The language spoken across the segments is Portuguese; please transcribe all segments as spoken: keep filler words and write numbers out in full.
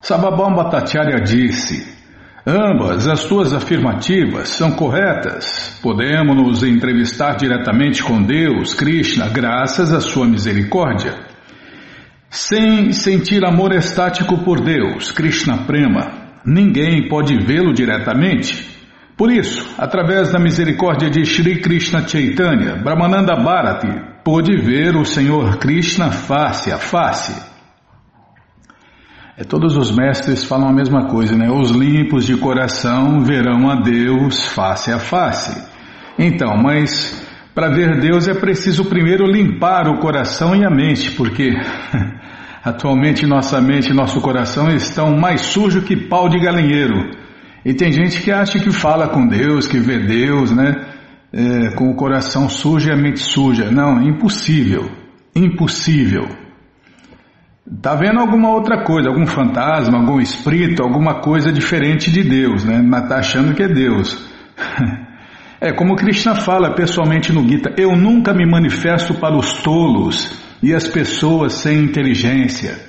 Sarvabhauma Bhattacharya disse: ambas as tuas afirmativas são corretas. Podemos nos entrevistar diretamente com Deus, Krishna, graças à sua misericórdia. Sem sentir amor estático por Deus, Krishna Prema, ninguém pode vê-lo diretamente. Por isso, através da misericórdia de Shri Krishna Chaitanya, Brahmananda Bharati pôde ver o Senhor Krishna face a face. É, todos os mestres falam a mesma coisa, né? Os limpos de coração verão a Deus face a face. Então, mas para ver Deus é preciso primeiro limpar o coração e a mente, porque atualmente nossa mente e nosso coração estão mais sujos que pau de galinheiro. E tem gente que acha que fala com Deus, que vê Deus, né? É, com o coração sujo e a mente suja. Não, impossível. Impossível. Tá vendo alguma outra coisa, algum fantasma, algum espírito, alguma coisa diferente de Deus, né? Mas tá achando que é Deus. É como Krishna fala pessoalmente no Gita: eu nunca me manifesto para os tolos e as pessoas sem inteligência.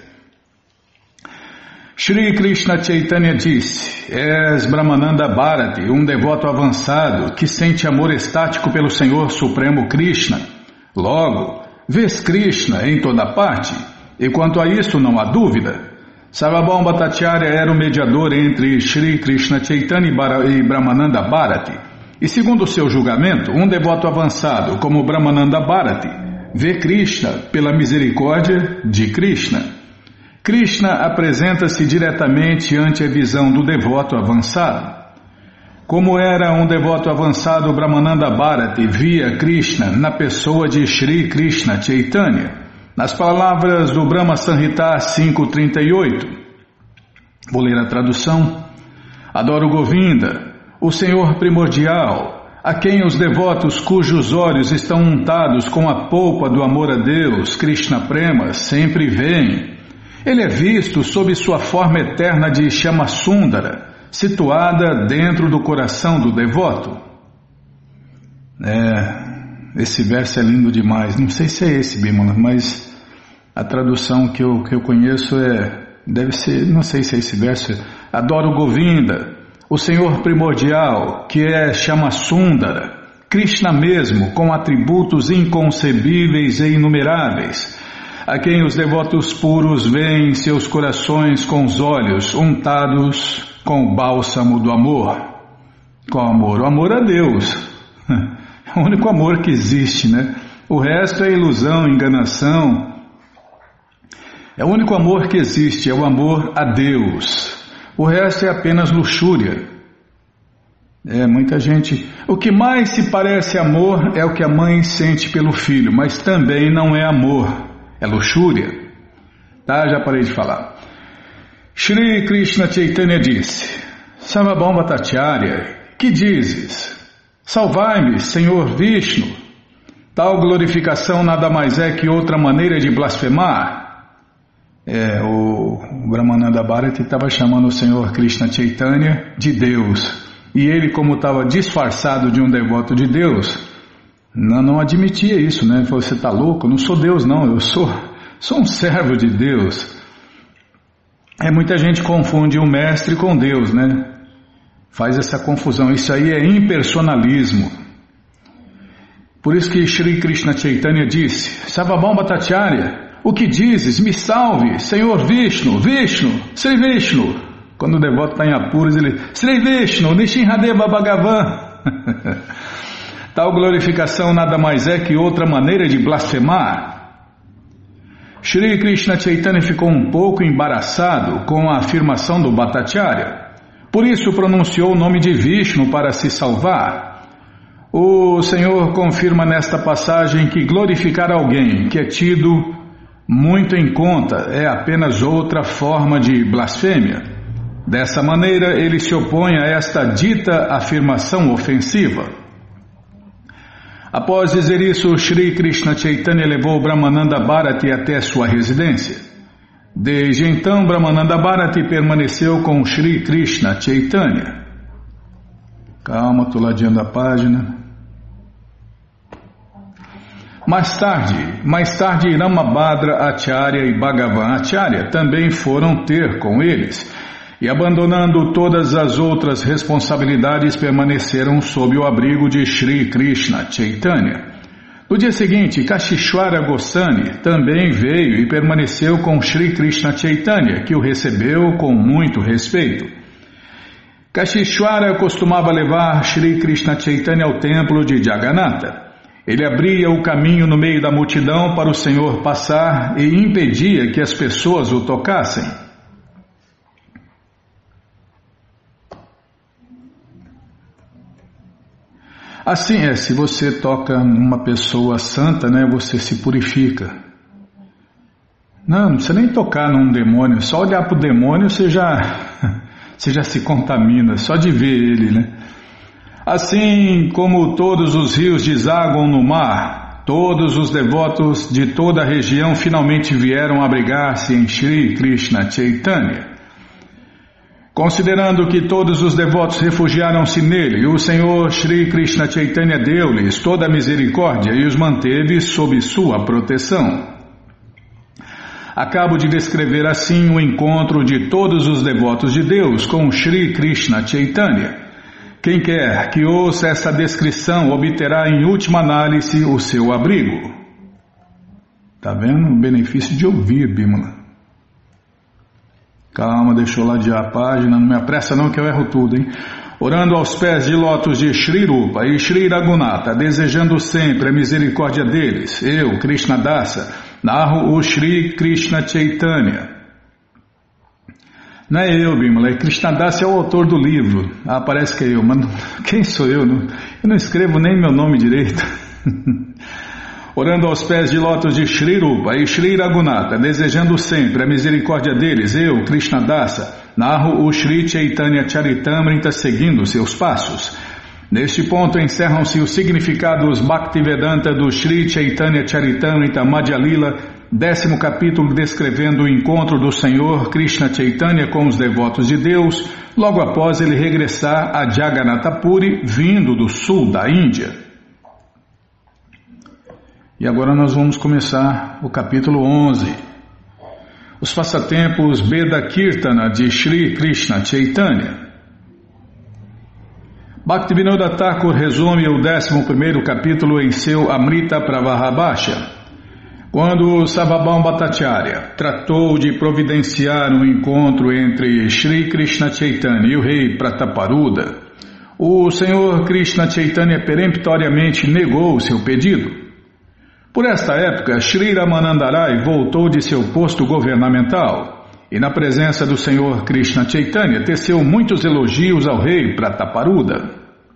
Shri Krishna Chaitanya disse: és Brahmananda Bharati, um devoto avançado que sente amor estático pelo Senhor Supremo Krishna. Logo, vês Krishna em toda parte, e quanto a isso não há dúvida. Sarvabhauma Bhattacharya era o mediador entre Shri Krishna Chaitanya e Brahmananda Bharati, e segundo seu julgamento, um devoto avançado como Brahmananda Bharati vê Krishna pela misericórdia de Krishna. Krishna apresenta-se diretamente ante a visão do devoto avançado. Como era um devoto avançado, Brahmananda Bharati via Krishna na pessoa de Shri Krishna Chaitanya. Nas palavras do Brahma Samhita cinco trinta e oito, vou ler a tradução: adoro Govinda, o Senhor primordial, a quem os devotos cujos olhos estão untados com a polpa do amor a Deus, Krishna Prema, sempre veem. Ele é visto sob sua forma eterna de Shyamasundara, situada dentro do coração do devoto. É, esse verso é lindo demais. Não sei se é esse, Bimala, mas a tradução que eu, que eu conheço é, deve ser, não sei se é esse verso. Adoro Govinda, o Senhor primordial, que é Shyamasundara, Krishna mesmo, com atributos inconcebíveis e inumeráveis, a quem os devotos puros veem seus corações com os olhos untados com o bálsamo do amor. Qual amor? O amor a Deus. É o único amor que existe, né? O resto é ilusão, enganação. É o único amor que existe, é o amor a Deus. O resto é apenas luxúria. É, muita gente... O que mais se parece amor é o que a mãe sente pelo filho, mas também não é amor. É luxúria. Tá, já parei de falar. Shri Krishna Chaitanya disse: Sarvabhauma Bhattacharya, que dizes? Salvai-me, Senhor Vishnu. Tal glorificação nada mais é que outra maneira de blasfemar. É, o, o Brahmananda Bharati estava chamando o Senhor Krishna Chaitanya de Deus. E ele, como estava disfarçado de um devoto de Deus, Não, não admitia isso, né? Falou: você está louco? Eu não sou Deus, não. Eu sou, sou um servo de Deus. É, muita gente confunde o mestre com Deus, né? Faz essa confusão. Isso aí é impersonalismo. Por isso que Shri Krishna Chaitanya disse: Sarvabhauma Bhattacharya, o que dizes? Me salve, Senhor Vishnu, Vishnu, Sri Vishnu. Quando o devoto está em apuros, ele: Sri Vishnu, Nishinradeva Bhagavan. Tal glorificação nada mais é que outra maneira de blasfemar. Shri Krishna Chaitanya ficou um pouco embaraçado com a afirmação do Bhattacharya. Por isso pronunciou o nome de Vishnu para se salvar. O Senhor confirma nesta passagem que glorificar alguém que é tido muito em conta é apenas outra forma de blasfêmia. Dessa maneira, ele se opõe a esta dita afirmação ofensiva. Após dizer isso, Shri Krishna Chaitanya levou Brahmananda Bharati até sua residência. Desde então, Brahmananda Bharati permaneceu com Shri Krishna Chaitanya. Calma, estou ladeando a página. Mais tarde, mais tarde Ramabhadra Acharya e Bhagavan Acharya também foram ter com eles e, abandonando todas as outras responsabilidades, permaneceram sob o abrigo de Shri Krishna Chaitanya. No dia seguinte, Kashishwara Goswami também veio e permaneceu com Shri Krishna Chaitanya, que o recebeu com muito respeito. Kashishwara costumava levar Shri Krishna Chaitanya ao templo de Jagannatha. Ele abria o caminho no meio da multidão para o Senhor passar e impedia que as pessoas o tocassem. Assim é, se você toca numa pessoa santa, né, você se purifica. Não, não precisa nem tocar num demônio, só olhar para o demônio você já, você já se contamina, só de ver ele, né? Assim como todos os rios desaguam no mar, todos os devotos de toda a região finalmente vieram abrigar-se em Shri Krishna Chaitanya. Considerando que todos os devotos refugiaram-se nele, o Senhor Shri Krishna Chaitanya deu-lhes toda a misericórdia e os manteve sob sua proteção. Acabo de descrever assim o encontro de todos os devotos de Deus com Shri Krishna Chaitanya. Quem quer que ouça essa descrição obterá em última análise o seu abrigo. Está vendo o benefício de ouvir, Bimala? Calma, deixa eu ladear a página, não me apressa não que eu erro tudo, hein? Orando aos pés de lótus de Shri Rupa e Shri Raghunatha, desejando sempre a misericórdia deles, eu, Krishna Dasa, narro o Shri Krishna Chaitanya. Não é eu, Bimala, é Krishnadasa é o autor do livro. Ah, parece que é eu, mas quem sou eu? Não, eu não escrevo nem meu nome direito. Orando aos pés de lótus de Shri Rupa e Shri Raghunatha, desejando sempre a misericórdia deles, eu, Krishnadasa, narro o Shri Chaitanya Charitamrita seguindo seus passos. Neste ponto encerram-se os significados Bhaktivedanta do Shri Chaitanya Charitamrita Madhya Lila, décimo capítulo descrevendo o encontro do Senhor Krishna Chaitanya com os devotos de Deus, logo após ele regressar a Jagannatha Puri, vindo do sul da Índia. E agora nós vamos começar o capítulo onze. Os passatempos Veda Kirtana de Shri Krishna Chaitanya. Bhaktivinoda Thakur resume o décimo primeiro capítulo em seu Amrita Pravahabhasha. Quando Sarvabhauma Bhattacharya tratou de providenciar um encontro entre Shri Krishna Chaitanya e o rei Prataparuda, o Senhor Krishna Chaitanya peremptoriamente negou o seu pedido. Por esta época, Shri Ramanandarai voltou de seu posto governamental e, na presença do Senhor Krishna Chaitanya, teceu muitos elogios ao rei Prataparuda.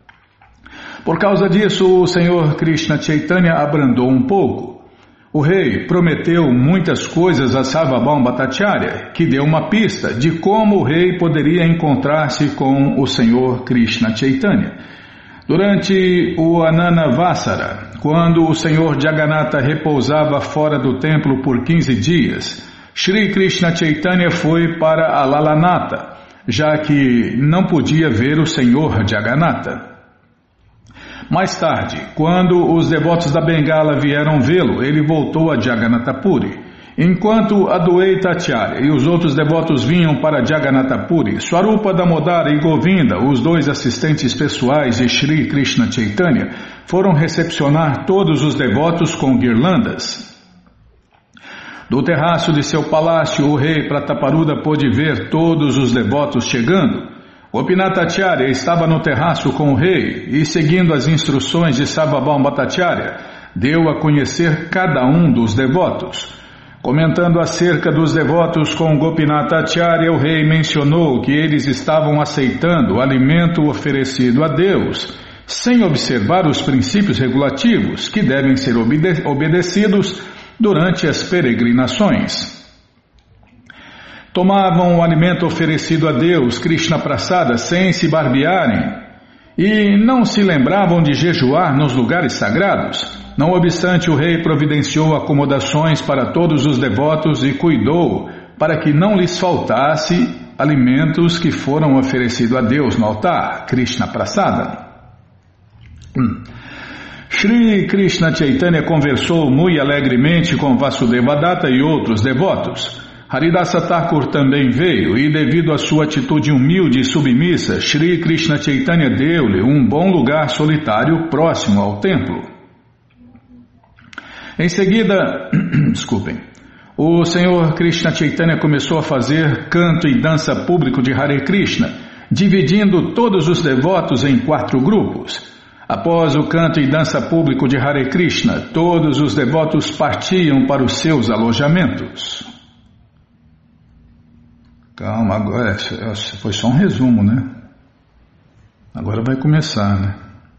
Por causa disso, o Senhor Krishna Chaitanya abrandou um pouco. O rei prometeu muitas coisas a Sarvabhauma Bhattacharya, que deu uma pista de como o rei poderia encontrar-se com o Senhor Krishna Chaitanya. Durante o Ananavasara, quando o Senhor Jagannatha repousava fora do templo por quinze dias, Shri Krishna Chaitanya foi para Alalanatha, já que não podia ver o Senhor Jagannatha. Mais tarde, quando os devotos da Bengala vieram vê-lo, ele voltou a Jagannatha Puri. Enquanto Adwaita Acharya e os outros devotos vinham para Jagannatha Puri, Swarupa Damodara e Govinda, os dois assistentes pessoais de Shri Krishna Chaitanya, foram recepcionar todos os devotos com guirlandas. Do terraço de seu palácio, o rei Prataparuda pôde ver todos os devotos chegando. Gopinath Acharya estava no terraço com o rei e, seguindo as instruções de Sarvabhauma Bhattacharya, deu a conhecer cada um dos devotos. Comentando acerca dos devotos com Gopinath Acharya, o rei mencionou que eles estavam aceitando o alimento oferecido a Deus, sem observar os princípios regulativos que devem ser obede- obedecidos durante as peregrinações. Tomavam o alimento oferecido a Deus, Krishna Prasada, sem se barbearem, e não se lembravam de jejuar nos lugares sagrados. Não obstante, o rei providenciou acomodações para todos os devotos e cuidou para que não lhes faltasse alimentos que foram oferecidos a Deus no altar, Krishna Prasada. Hum. Shri Krishna Chaitanya conversou muito alegremente com Vasudevadatta e outros devotos. Haridasa Thakur também veio e, devido à sua atitude humilde e submissa, Shri Krishna Chaitanya deu-lhe um bom lugar solitário próximo ao templo. Em seguida, desculpem, o Senhor Krishna Chaitanya começou a fazer canto e dança público de Hare Krishna, dividindo todos os devotos em quatro grupos. Após o canto e dança público de Hare Krishna, todos os devotos partiam para os seus alojamentos. Calma, agora foi só um resumo, né? Agora vai começar, né?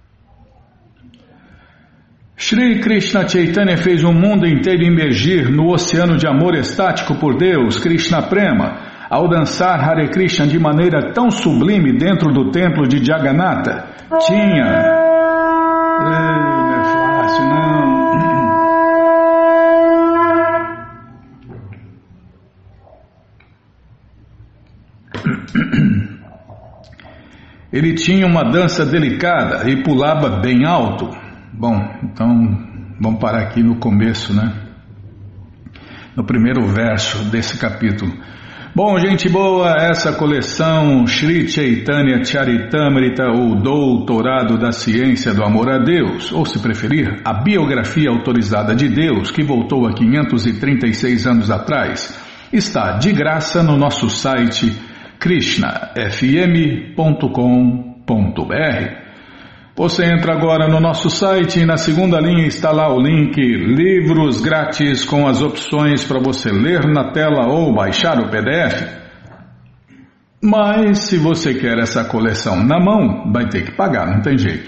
Shri Krishna Chaitanya fez o mundo inteiro imergir no oceano de amor estático por Deus, Krishna Prema, ao dançar Hare Krishna de maneira tão sublime dentro do templo de Jagannatha. Tinha... Ei, não é fácil, não. Ele tinha uma dança delicada e pulava bem alto. Bom, então vamos parar aqui no começo, né? No primeiro verso desse capítulo. Bom, gente boa, essa coleção Shri Chaitanya Charitamrita, o Doutorado da Ciência do Amor a Deus, ou se preferir, a biografia autorizada de Deus, que voltou há quinhentos e trinta e seis anos atrás, está de graça no nosso site krishna f m ponto com ponto b r. Você entra agora no nosso site e na segunda linha está lá o link Livros Grátis com as opções para você ler na tela ou baixar o P D F. Mas se você quer essa coleção na mão, vai ter que pagar, não tem jeito.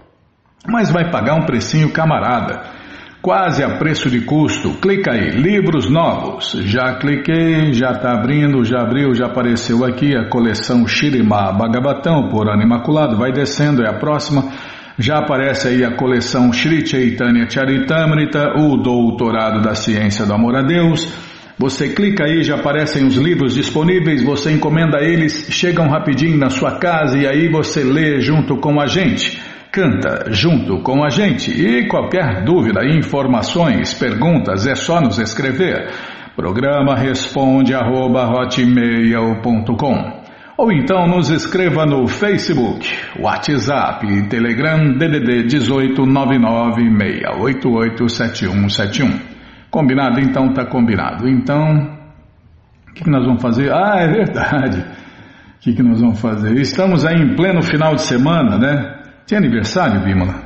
Mas vai pagar um precinho camarada, quase a preço de custo. Clica aí, Livros Novos. Já cliquei, já está abrindo, já abriu, já apareceu aqui a coleção Śrīmad Bhagavatam por Ano Imaculado. Vai descendo, é a próxima. Já aparece aí a coleção Shri Chaitanya Charitamrita, o Doutorado da Ciência do Amor a Deus. Você clica aí, já aparecem os livros disponíveis, você encomenda eles, chegam rapidinho na sua casa e aí você lê junto com a gente. Canta junto com a gente e qualquer dúvida, informações, perguntas, é só nos escrever. Programa responde arroba hotmail ponto com. Ou então nos escreva no Facebook, WhatsApp e Telegram D D D dezoito nove nove seis oito oito sete um sete um. Combinado? Então tá combinado. Então, o que, que nós vamos fazer? Ah, é verdade. O que, que nós vamos fazer? Estamos aí em pleno final de semana, né? Tem aniversário, Bímola?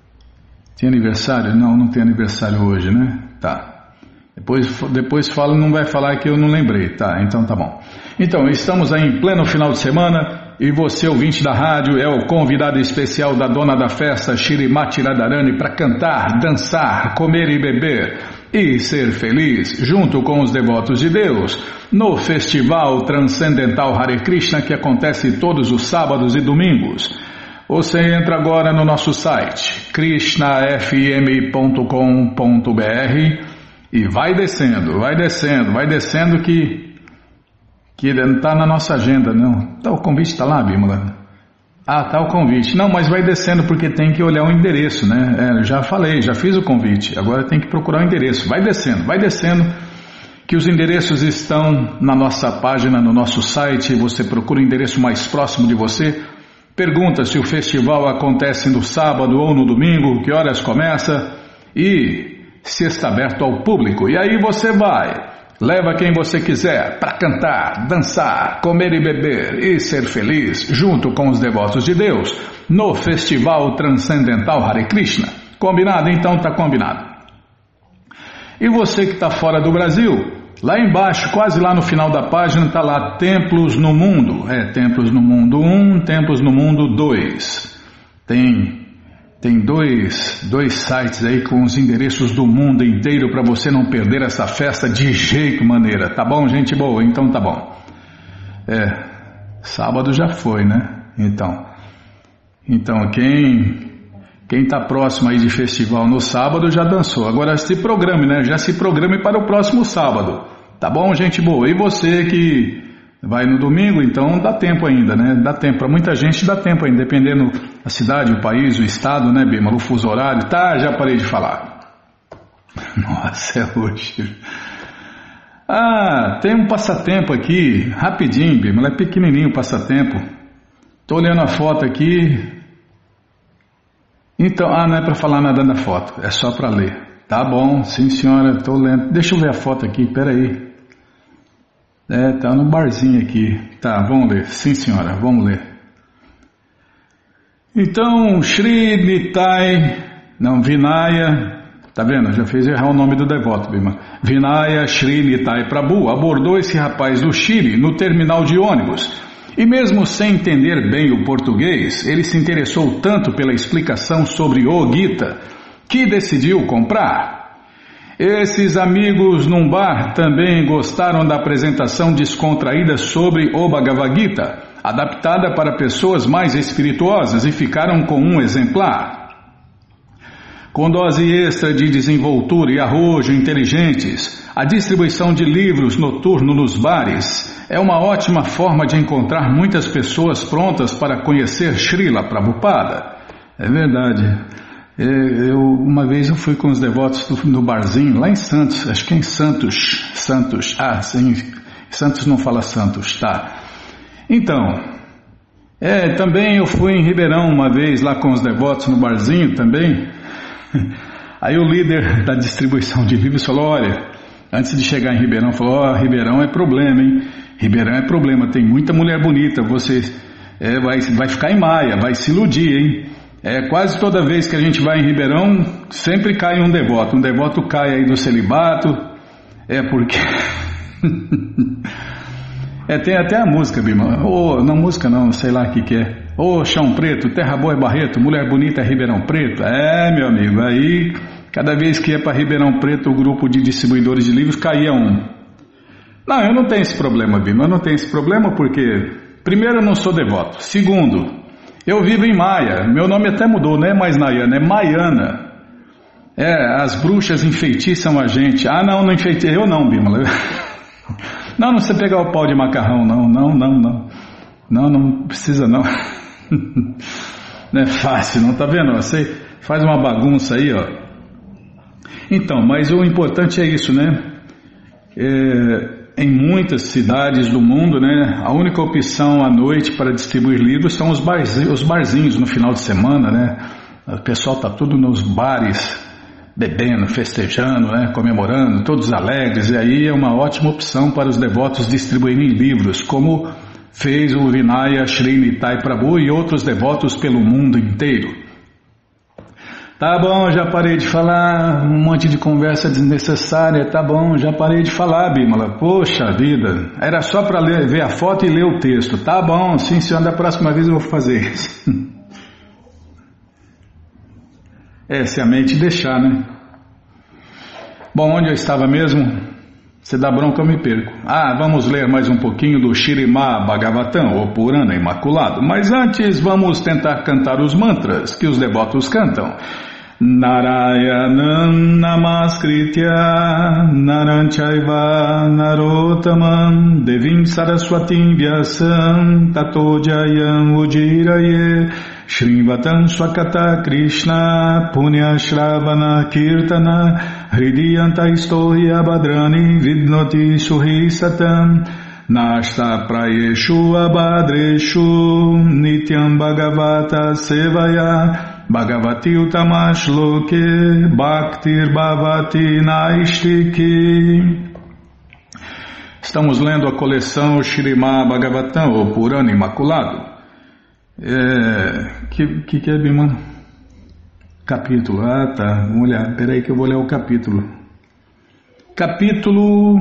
Tem aniversário? Não, não tem aniversário hoje, né? Tá. Depois, depois fala, não vai falar que eu não lembrei. Tá, então tá bom. Então, estamos aí em pleno final de semana e você, ouvinte da rádio, é o convidado especial da dona da festa, Shrimati Radharani, para cantar, dançar, comer e beber e ser feliz junto com os devotos de Deus no Festival Transcendental Hare Krishna que acontece todos os sábados e domingos. Você entra agora no nosso site krishna f m ponto com ponto b r e vai descendo, vai descendo, vai descendo que que não está na nossa agenda, não. Tá, o convite está lá, Bímola? Ah, tá o convite. Não, mas vai descendo porque tem que olhar o endereço, né? É, já falei, já fiz o convite, agora tem que procurar o endereço. Vai descendo, vai descendo, que os endereços estão na nossa página, no nosso site. Você procura o endereço mais próximo de você. Pergunta se o festival acontece no sábado ou no domingo, que horas começa e se está aberto ao público. E aí você vai, leva quem você quiser para cantar, dançar, comer e beber e ser feliz junto com os devotos de Deus no Festival Transcendental Hare Krishna. Combinado? Então tá combinado. E você que está fora do Brasil... Lá embaixo, quase lá no final da página, está lá Templos no Mundo. É, Templos no Mundo um, Templos no Mundo dois. Tem, tem dois, dois sites aí com os endereços do mundo inteiro para você não perder essa festa de jeito maneira. Tá bom, gente boa? Então tá bom. É, sábado já foi, né? Então, então quem... Quem está próximo aí de festival no sábado já dançou. Agora se programe, né? Já se programe para o próximo sábado. Tá bom, gente boa? E você que vai no domingo, então dá tempo ainda, né? Dá tempo, para muita gente dá tempo ainda, dependendo da cidade, o país, o estado, né, Bima? O fuso horário, tá, já parei de falar. Nossa, é hoje. Ah, tem um passatempo aqui, rapidinho, Bima, é pequenininho o passatempo. Tô olhando a foto aqui. Então, ah, não é para falar nada da foto, é só para ler. Tá bom, sim senhora, tô lendo. Deixa eu ver a foto aqui, peraí. É, tá no barzinho aqui. Tá, vamos ler. Sim senhora, vamos ler. Então, Shri Nitai, não, Vinaya, tá vendo? Já fez errar o nome do devoto, Bima. Vinaya Shri Nitai Prabhu abordou esse rapaz do Chile no terminal de ônibus. E mesmo sem entender bem o português, ele se interessou tanto pela explicação sobre o Gita, que decidiu comprar. Esses amigos num bar também gostaram da apresentação descontraída sobre o Bhagavad Gita, adaptada para pessoas mais espirituosas, e ficaram com um exemplar. Com dose extra de desenvoltura e arrojo inteligentes, a distribuição de livros noturno nos bares é uma ótima forma de encontrar muitas pessoas prontas para conhecer Srila Prabhupada. É verdade. Eu, uma vez eu fui com os devotos do, no barzinho, lá em Santos, acho que é em Santos, Santos, ah, sim, Santos não fala Santos, tá. Então, é, também eu fui em Ribeirão uma vez, lá com os devotos no barzinho também. Aí o líder da distribuição de livros falou, olha, antes de chegar em Ribeirão, falou, ó, oh, Ribeirão é problema, hein, Ribeirão é problema, tem muita mulher bonita, você é, vai, vai ficar em maia, vai se iludir, hein. É, quase toda vez que a gente vai em Ribeirão, sempre cai um devoto. Um devoto cai aí do celibato. É porque... é, tem até a música, Bima. Oh, não, música não, sei lá o que que é. Ô, oh, Chão Preto, Terra Boa é Barreto, Mulher Bonita é Ribeirão Preto. É, meu amigo, aí cada vez que ia para Ribeirão Preto, o grupo de distribuidores de livros caía um. Não, eu não tenho esse problema, Bima. Eu não tenho esse problema porque, primeiro, eu não sou devoto. Segundo... eu vivo em Maia, meu nome até mudou, não é mais Nayana, é Maiana. É, as bruxas enfeitiçam a gente. Ah, não, não enfeitei, eu não, Bímola. Não, não precisa pegar o pau de macarrão, não, não, não, não. Não, não precisa não. Não é fácil, não, tá vendo? Você faz uma bagunça aí, ó. Então, mas o importante é isso, né? É... Em muitas cidades do mundo, né, a única opção à noite para distribuir livros são os barzinhos, os barzinhos no final de semana, né? O pessoal está tudo nos bares, bebendo, festejando, né, comemorando, todos alegres, e aí é uma ótima opção para os devotos distribuírem livros, como fez o Vinaya Shri Nitai Prabhu e outros devotos pelo mundo inteiro. Tá bom, já parei de falar, um monte de conversa desnecessária, tá bom, já parei de falar, Bímola, poxa vida, era só para ver a foto e ler o texto, tá bom, sim senhor, da próxima vez eu vou fazer isso. É, se a mente deixar, né? Bom, onde eu estava mesmo? Se dá bronca eu me perco. Ah, vamos ler mais um pouquinho do Śrīmad Bhagavatam, o Purana Imaculado, mas antes vamos tentar cantar os mantras que os devotos cantam. Narayanam Namaskritya Naranchaiva Narottamam Devim Saraswatim Vyasam Tato Jayam Ujiraye Shrivatam Swakata Krishna Punya Shravana Kirtana Hridiyanta Istohya Badrani Vidnoti Suhi Satam Nashta Prayeshu Abhadreshu Nityam Bhagavata Sevaya Bhagavati Utamash Loke Bhaktir Bhavati Naistiki. Estamos lendo a coleção Śrīmad Bhagavatam, o Purana Imaculado. É, que, que que é, Bimana? Capítulo, ah tá, vamos olhar, peraí que eu vou ler o capítulo. Capítulo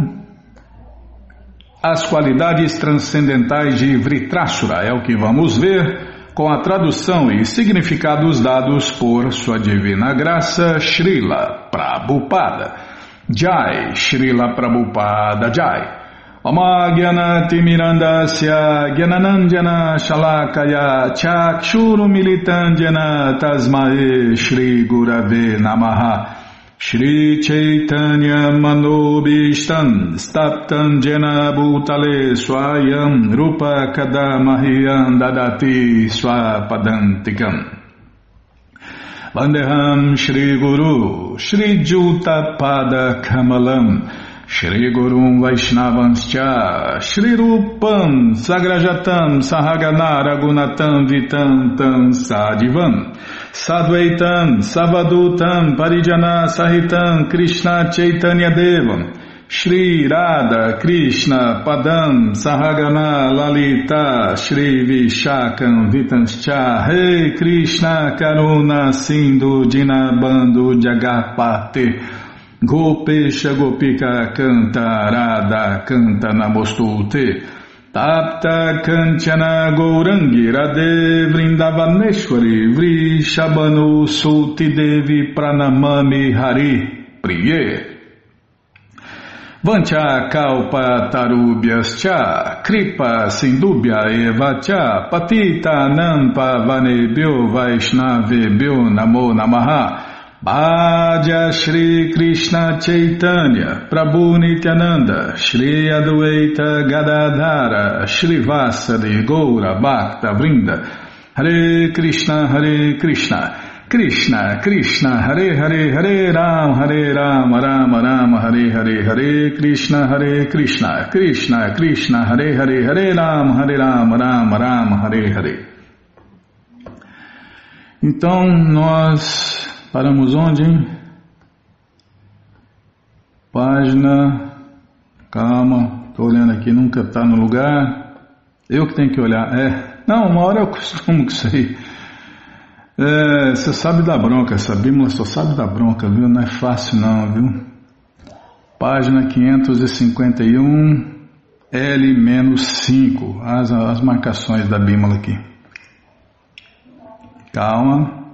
As Qualidades Transcendentais de Vritrasura, é o que vamos ver com a tradução e significados dados por Sua Divina Graça Srila Prabhupada. Jai, Srila Prabhupada Jai. Oma Gyanati Mirandasya Gyananandjana Shalakaya Chakshuru Militandjana Tasmae Shri Gurave Namaha. Shri Chaitanya Manobishtam Staptam Jena Bhutale Swayam Rupa Kadamahyam Dadati Swapadantikam Vandeham Shri Guru Shri Juta Pada Kamalam Shri Gurum Vaishnavanscha Shri Rupam Sagrajatam Sahagana Ragunatam Vitantam Sadivam Sadvaitam Savadutam Parijana Sahitam Krishna Chaitanya Devam Shri Radha Krishna Padam Sahagana Lalita Shri Vishakam Vitanscha Rei Krishna Karuna Sindhu Dinabando Jagapate Gopesha Gopika Canta Radha Canta Namostute Tapta Kanchana Gourangi Radhe Vrindavaneshwari Vrishabhanu Sulti Devi Pranamami Hari Priye Vancha Kalpa Tarubhyas Cha Kripa Sindubhya Eva Cha Patita Nampa Vanebhyo Vaishnavebhyo Namo Namaha Bhaja Shri Krishna Chaitanya Prabhu Nityananda Shri Adwaita Gadadhara Shri Vasadi Goura Bhakta Vrinda Hare Krishna Hare Krishna Krishna Krishna Hare Hare Hare Ram Hare Ram Ram Ram Hare Hare Hare Krishna Hare Krishna Krishna Krishna Hare Hare Hare Ram Hare Ram Ram Ram Hare Hare. Então nós paramos onde, hein? Página, calma, estou olhando aqui, nunca está no lugar. Eu que tenho que olhar, é. Não, uma hora eu costumo com isso aí. É, você sabe da bronca, essa Bíblia só sabe da bronca, viu? Não é fácil não, viu? Página quinhentos e cinquenta e um, L cinco, as, as marcações da Bíblia aqui. Calma.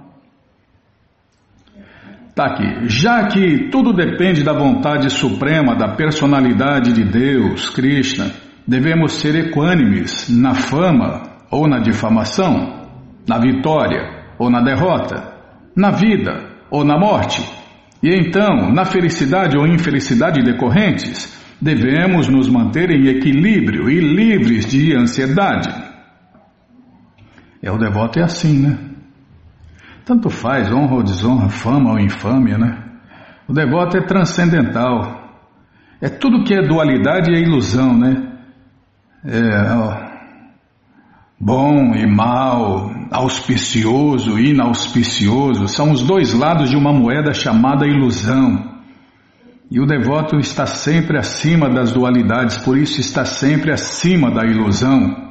Está aqui. Já que tudo depende da vontade suprema da personalidade de Deus, Krishna, devemos ser equânimes na fama ou na difamação, na vitória ou na derrota, na vida ou na morte. E então, na felicidade ou infelicidade decorrentes, devemos nos manter em equilíbrio e livres de ansiedade. É, o devoto é assim, né? Tanto faz, honra ou desonra, fama ou infâmia, né? O devoto é transcendental. É tudo que é dualidade e é ilusão, né? É ó, bom e mal, auspicioso e inauspicioso, são os dois lados de uma moeda chamada ilusão. E o devoto está sempre acima das dualidades, por isso está sempre acima da ilusão.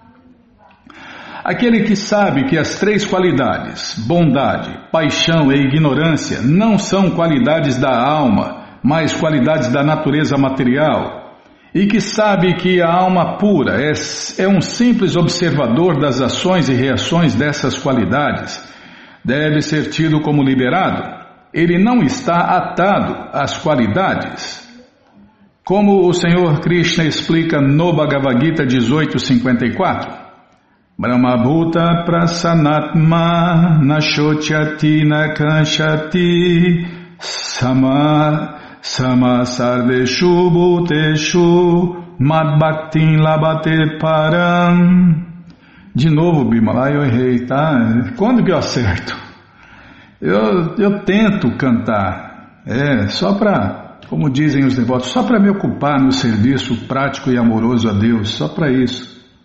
Aquele que sabe que as três qualidades, bondade, paixão e ignorância, não são qualidades da alma, mas qualidades da natureza material, e que sabe que a alma pura é, é um simples observador das ações e reações dessas qualidades, deve ser tido como liberado. Ele não está atado às qualidades. Como o Senhor Krishna explica no Bhagavad Gita dezoito, cinquenta e quatro, Brahmabhuta prasanatma nashotyati nakanshati sama sama sarveshu bhuteshu madbhaktin labate param. De novo, Bimala, eu errei, tá? Quando que eu acerto? Eu, eu tento cantar, é, só para, como dizem os devotos, só para me ocupar no serviço prático e amoroso a Deus, só para isso.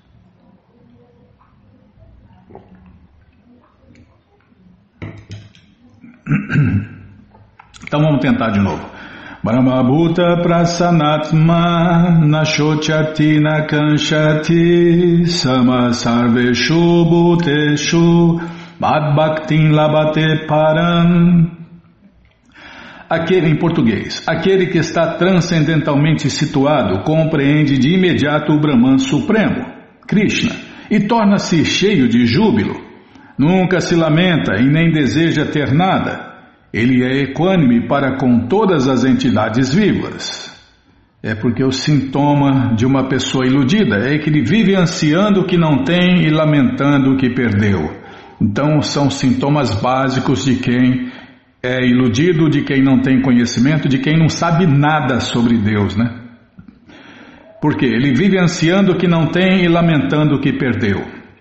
Então vamos tentar de novo. Brahmabhuta prasanatma nashotyati nakanshati sama sarveshu bhuteshu madbhaktin labate param. Aquele em português, aquele que está transcendentalmente situado compreende de imediato o Brahman Supremo, Krishna, e torna-se cheio de júbilo. Nunca se lamenta e nem deseja ter nada. Ele é equânime para com todas as entidades vivas. É porque o sintoma de uma pessoa iludida é que ele vive ansiando o que não tem e lamentando o que perdeu. Então são sintomas básicos de quem é iludido, de quem não tem conhecimento, de quem não sabe nada sobre Deus, né? Porque ele vive ansiando o que não tem e lamentando o que perdeu.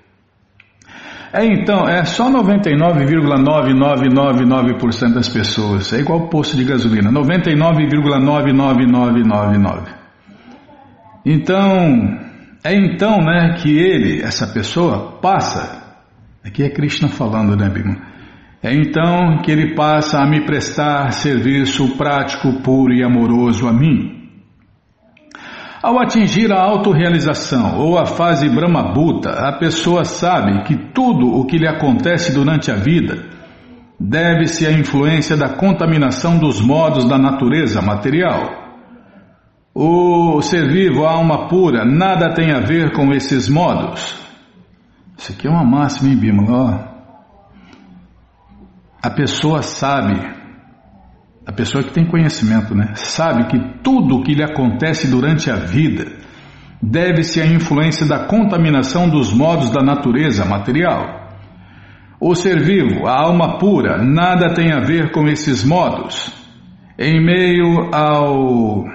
É então, é só noventa e nove vírgula nove nove nove nove por cento das pessoas, é igual posto de gasolina, noventa e nove vírgula nove nove nove nove nove. Então, é então, né, que ele, essa pessoa, passa, aqui é Krishna falando, né, Bima? É então que ele passa a me prestar serviço prático, puro e amoroso a mim. Ao atingir a autorrealização ou a fase Brahmabhuta, a pessoa sabe que tudo o que lhe acontece durante a vida deve-se à influência da contaminação dos modos da natureza material. O ser vivo, a alma pura, nada tem a ver com esses modos. Isso aqui é uma máxima, hein, Bímola? A pessoa sabe, a pessoa que tem conhecimento, né? Sabe que tudo o que lhe acontece durante a vida deve-se à influência da contaminação dos modos da natureza material. O ser vivo, a alma pura, nada tem a ver com esses modos. Em meio ao...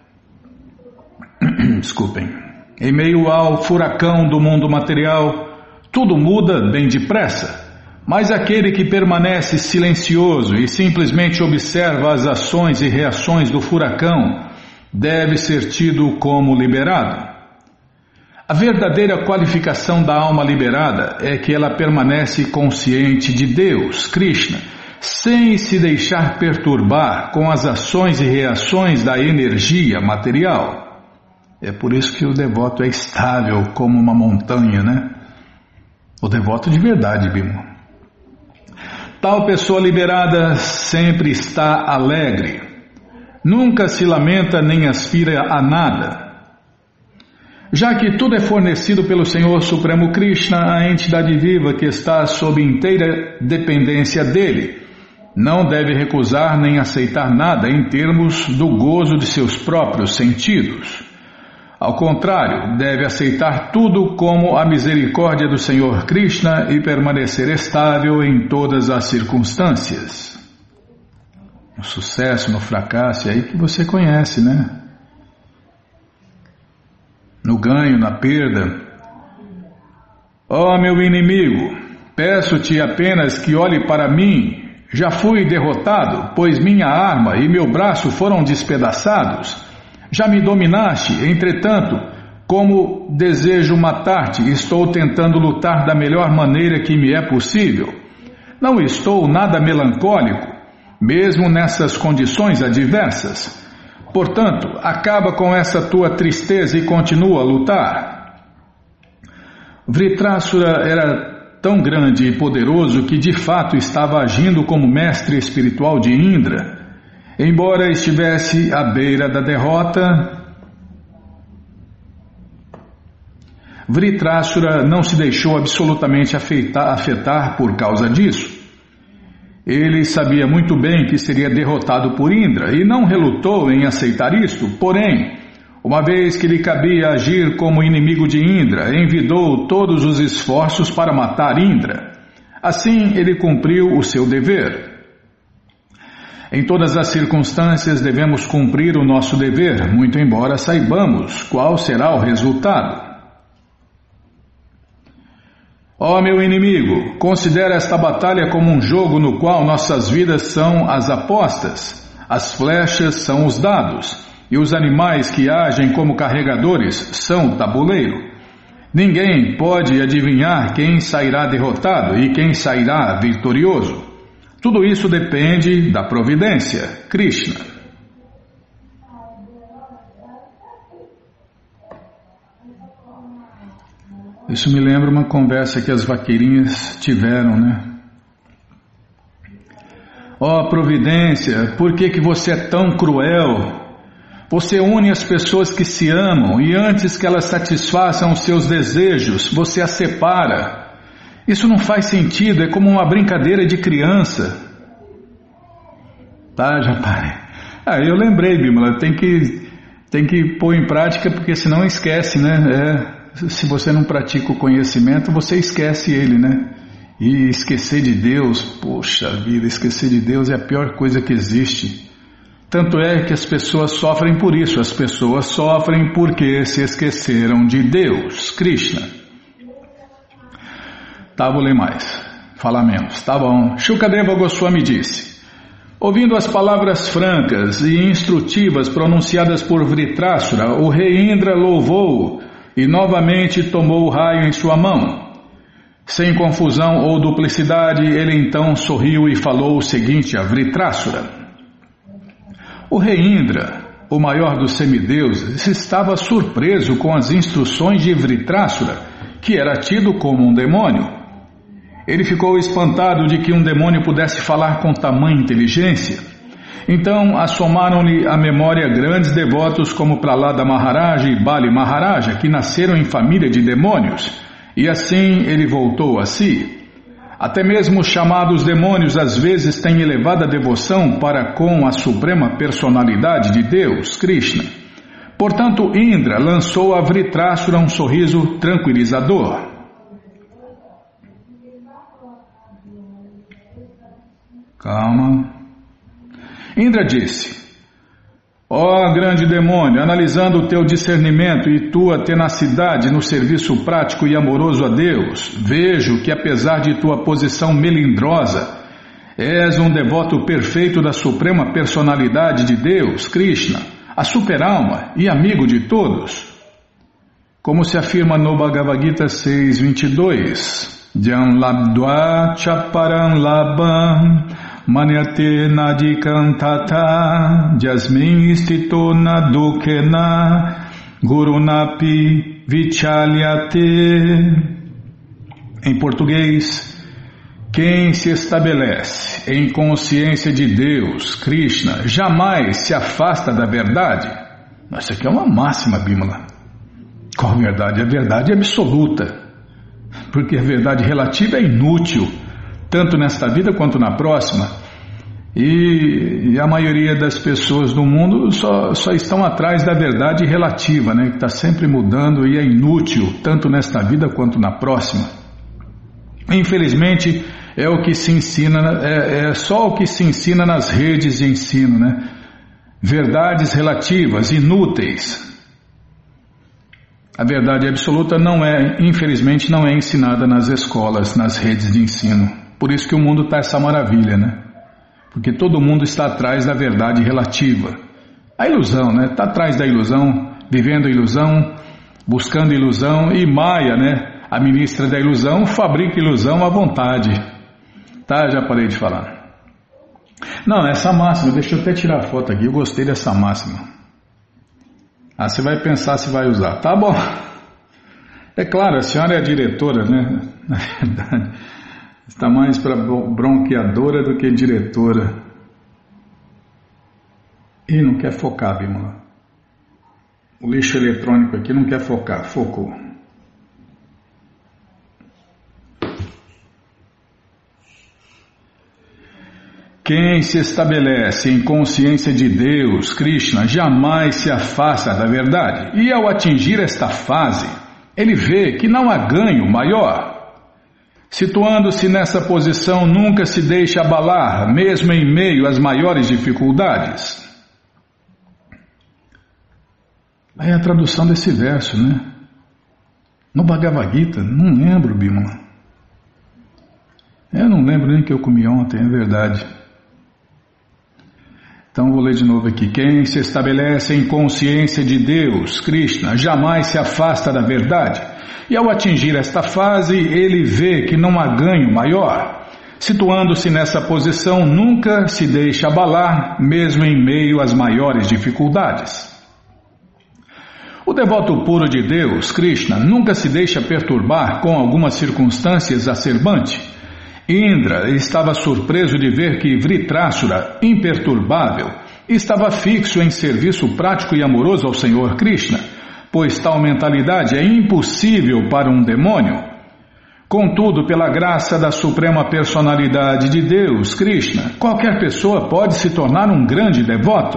Desculpem. Em meio ao furacão do mundo material, tudo muda bem depressa. Mas aquele que permanece silencioso e simplesmente observa as ações e reações do furacão deve ser tido como liberado. A verdadeira qualificação da alma liberada é que ela permanece consciente de Deus, Krishna, sem se deixar perturbar com as ações e reações da energia material. É por isso que o devoto é estável como uma montanha, né? O devoto de verdade, Bimo. Tal pessoa liberada sempre está alegre, nunca se lamenta nem aspira a nada. Já que tudo é fornecido pelo Senhor Supremo Krishna, a entidade viva que está sob inteira dependência dele, não deve recusar nem aceitar nada em termos do gozo de seus próprios sentidos. Ao contrário, deve aceitar tudo como a misericórdia do Senhor Krishna e permanecer estável em todas as circunstâncias. No sucesso, no fracasso, é aí que você conhece, né? No ganho, na perda. Ó meu inimigo, peço-te apenas que olhe para mim. Já fui derrotado, pois minha arma e meu braço foram despedaçados. Já me dominaste, entretanto, como desejo matar-te, estou tentando lutar da melhor maneira que me é possível. Não estou nada melancólico, mesmo nessas condições adversas. Portanto, acaba com essa tua tristeza e continua a lutar. Vritrasura era tão grande e poderoso que de fato estava agindo como mestre espiritual de Indra. Embora estivesse à beira da derrota, Vritrasura não se deixou absolutamente afetar, afetar por causa disso. Ele sabia muito bem que seria derrotado por Indra e não relutou em aceitar isto, porém, uma vez que lhe cabia agir como inimigo de Indra, envidou todos os esforços para matar Indra. Assim, ele cumpriu o seu dever. Em todas as circunstâncias devemos cumprir o nosso dever, muito embora saibamos qual será o resultado. Ó meu inimigo, considera esta batalha como um jogo no qual nossas vidas são as apostas, as flechas são os dados, e os animais que agem como carregadores são o tabuleiro. Ninguém pode adivinhar quem sairá derrotado e quem sairá vitorioso. Tudo isso depende da providência, Krishna. Isso me lembra uma conversa que as vaqueirinhas tiveram, né? Ó oh, providência, por que que você é tão cruel? Você une as pessoas que se amam e antes que elas satisfaçam os seus desejos, você as separa. Isso não faz sentido, é como uma brincadeira de criança. Tá, já parei. Ah, eu lembrei, Bímola, tem que, tem que pôr em prática, porque senão esquece, né? É, se você não pratica o conhecimento, você esquece ele, né? E esquecer de Deus, poxa vida, esquecer de Deus é a pior coisa que existe. Tanto é que as pessoas sofrem por isso, as pessoas sofrem porque se esqueceram de Deus, Krishna. Tá, vou ler mais, falar menos, tá bom. Shukadeva Goswami disse: ouvindo as palavras francas e instrutivas pronunciadas por Vritrasura, o rei Indra louvou e novamente tomou o raio em sua mão. Sem confusão ou duplicidade, ele então sorriu e falou o seguinte a Vritrasura: o rei Indra, o maior dos semideuses, estava surpreso com as instruções de Vritrasura, que era tido como um demônio. Ele ficou espantado de que um demônio pudesse falar com tamanha inteligência. Então assomaram-lhe à memória grandes devotos como Prahlada Maharaja e Bali Maharaja, que nasceram em família de demônios, e assim ele voltou a si. Até mesmo os chamados demônios às vezes têm elevada devoção para com a suprema personalidade de Deus, Krishna. Portanto, Indra lançou a Vritrasura um sorriso tranquilizador. Calma. Indra disse: ó oh, grande demônio, analisando o teu discernimento e tua tenacidade no serviço prático e amoroso a Deus, vejo que apesar de tua posição melindrosa, és um devoto perfeito da suprema personalidade de Deus, Krishna, a super-alma e amigo de todos. Como se afirma no Bhagavad Gita seis, vinte e dois, Jam labdva chaparam labam Manyate nadikantata Jasmin istito nadukena Gurunapi vichalyate. Em português, quem se estabelece em consciência de Deus, Krishna, jamais se afasta da verdade. Isso aqui é uma máxima, Bimala. Qual verdade? A verdade absoluta. Porque a verdade relativa é inútil, tanto nesta vida quanto na próxima. E, e a maioria das pessoas do mundo só, só estão atrás da verdade relativa, né, que está sempre mudando e é inútil, tanto nesta vida quanto na próxima. Infelizmente, é o que se ensina, é, é só o que se ensina nas redes de ensino, né? Verdades relativas, inúteis. A verdade absoluta não é, infelizmente, não é ensinada nas escolas, nas redes de ensino. Por isso que o mundo está essa maravilha, né? Porque todo mundo está atrás da verdade relativa. A ilusão, né? Está atrás da ilusão, vivendo a ilusão, buscando ilusão, e Maya, né? A ministra da ilusão, fabrica ilusão à vontade. Tá, já parei de falar. Não, essa máxima, deixa eu até tirar a foto aqui, eu gostei dessa máxima. Ah, você vai pensar se vai usar. Tá bom. É claro, a senhora é a diretora, né? Na verdade, está mais para bronqueadora do que diretora. Ih, não quer focar, Bimala. O lixo eletrônico aqui não quer focar. Focou. Quem se estabelece em consciência de Deus, Krishna, jamais se afasta da verdade. E ao atingir esta fase, ele vê que não há ganho maior. Situando-se nessa posição, nunca se deixa abalar, mesmo em meio às maiores dificuldades. Aí a tradução desse verso, né? No Bhagavad Gita, não lembro, Bimala. Eu não lembro nem o que eu comi ontem, é verdade. Então vou ler de novo aqui. Quem se estabelece em consciência de Deus, Krishna, jamais se afasta da verdade. E ao atingir esta fase, ele vê que não há ganho maior. Situando-se nessa posição, nunca se deixa abalar, mesmo em meio às maiores dificuldades. O devoto puro de Deus, Krishna, nunca se deixa perturbar com alguma circunstância exacerbante. Indra estava surpreso de ver que Vritrasura, imperturbável, estava fixo em serviço prático e amoroso ao Senhor Krishna, pois tal mentalidade é impossível para um demônio. Contudo, pela graça da suprema personalidade de Deus, Krishna, qualquer pessoa pode se tornar um grande devoto.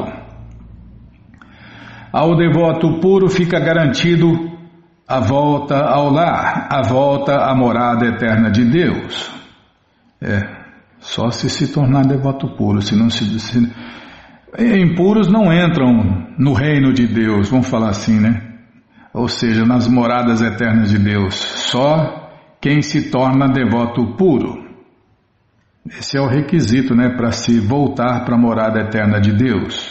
Ao devoto puro fica garantido a volta ao lar, a volta à morada eterna de Deus. É, só se se tornar devoto puro, se não se... se impuros não entram no reino de Deus, vamos falar assim, né? Ou seja, nas moradas eternas de Deus. Só quem se torna devoto puro. Esse é o requisito, né, para se voltar para a morada eterna de Deus.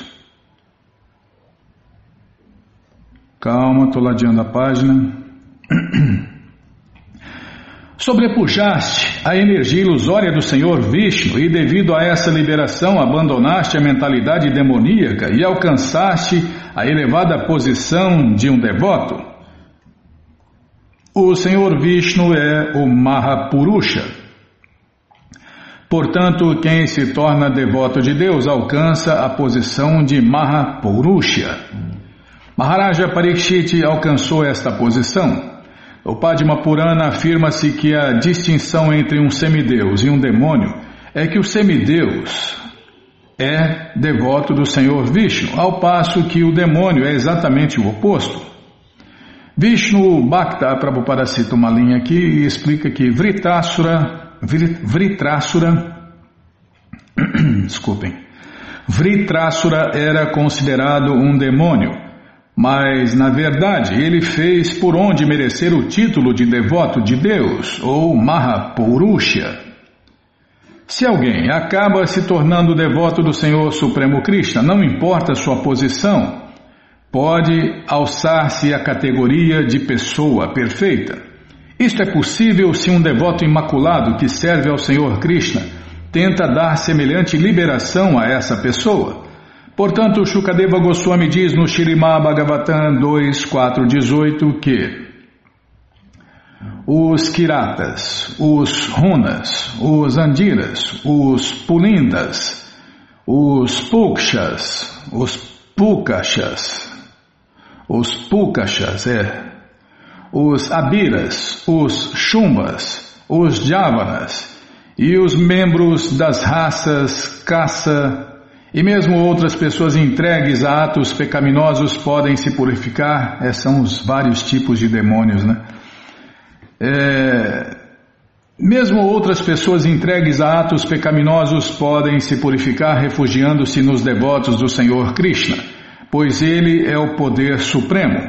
Calma, estou ladeando a página. Sobrepujaste a energia ilusória do Senhor Vishnu e devido a essa liberação abandonaste a mentalidade demoníaca e alcançaste a elevada posição de um devoto. O Senhor Vishnu é o Mahapurusha. Portanto, quem se torna devoto de Deus alcança a posição de Mahapurusha. Maharaja Parikshit alcançou esta posição. O Padma Purana afirma-se que a distinção entre um semideus e um demônio é que o semideus é devoto do Senhor Vishnu, ao passo que o demônio é exatamente o oposto. Vishnu Bhakta, Prabhupada cita uma linha aqui e explica que Vritrasura, Vritrasura, desculpem, Vritrasura era considerado um demônio. Mas, na verdade, ele fez por onde merecer o título de devoto de Deus, ou Mahapurusha. Se alguém acaba se tornando devoto do Senhor Supremo Krishna, não importa sua posição, pode alçar-se à categoria de pessoa perfeita. Isto é possível se um devoto imaculado que serve ao Senhor Krishna tenta dar semelhante liberação a essa pessoa. Portanto, Shukadeva Goswami diz no Śrīmad Bhagavatam dois, quatro, dezoito que os Kiratas, os Runas, os Andiras, os Pulindas, os Pukshas, os Pukashas, os Pukashas, é, os Abiras, os Shumbas, os Javanas e os membros das raças Kassa e mesmo outras pessoas entregues a atos pecaminosos podem se purificar. É, são os vários tipos de demônios, né? É, mesmo outras pessoas entregues a atos pecaminosos podem se purificar refugiando-se nos devotos do Senhor Krishna, pois Ele é o poder supremo.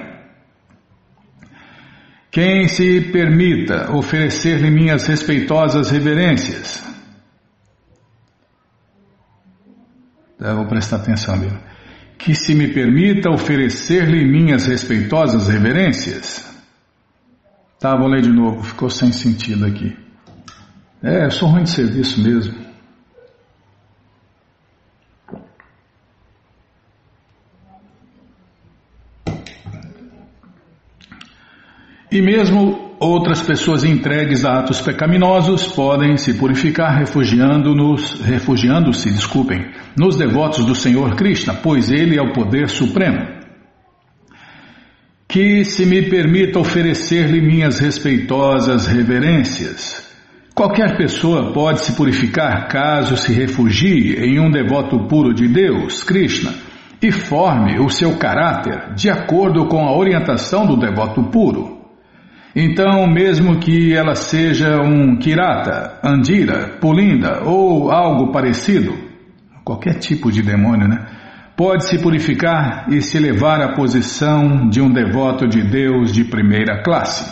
Quem se permita oferecer-lhe minhas respeitosas reverências... Eu vou prestar atenção, viu? Que se me permita oferecer-lhe minhas respeitosas reverências. Tá, vou ler de novo, ficou sem sentido aqui. É, eu sou ruim de serviço mesmo. E mesmo outras pessoas entregues a atos pecaminosos podem se purificar refugiando-nos, refugiando-se, desculpem, nos devotos do Senhor Krishna, pois Ele é o poder supremo. Que se me permita oferecer-lhe minhas respeitosas reverências. Qualquer pessoa pode se purificar caso se refugie em um devoto puro de Deus, Krishna, e forme o seu caráter de acordo com a orientação do devoto puro. Então, mesmo que ela seja um Kirata, Andira, Pulinda ou algo parecido, qualquer tipo de demônio, né? Pode se purificar e se elevar à posição de um devoto de Deus de primeira classe.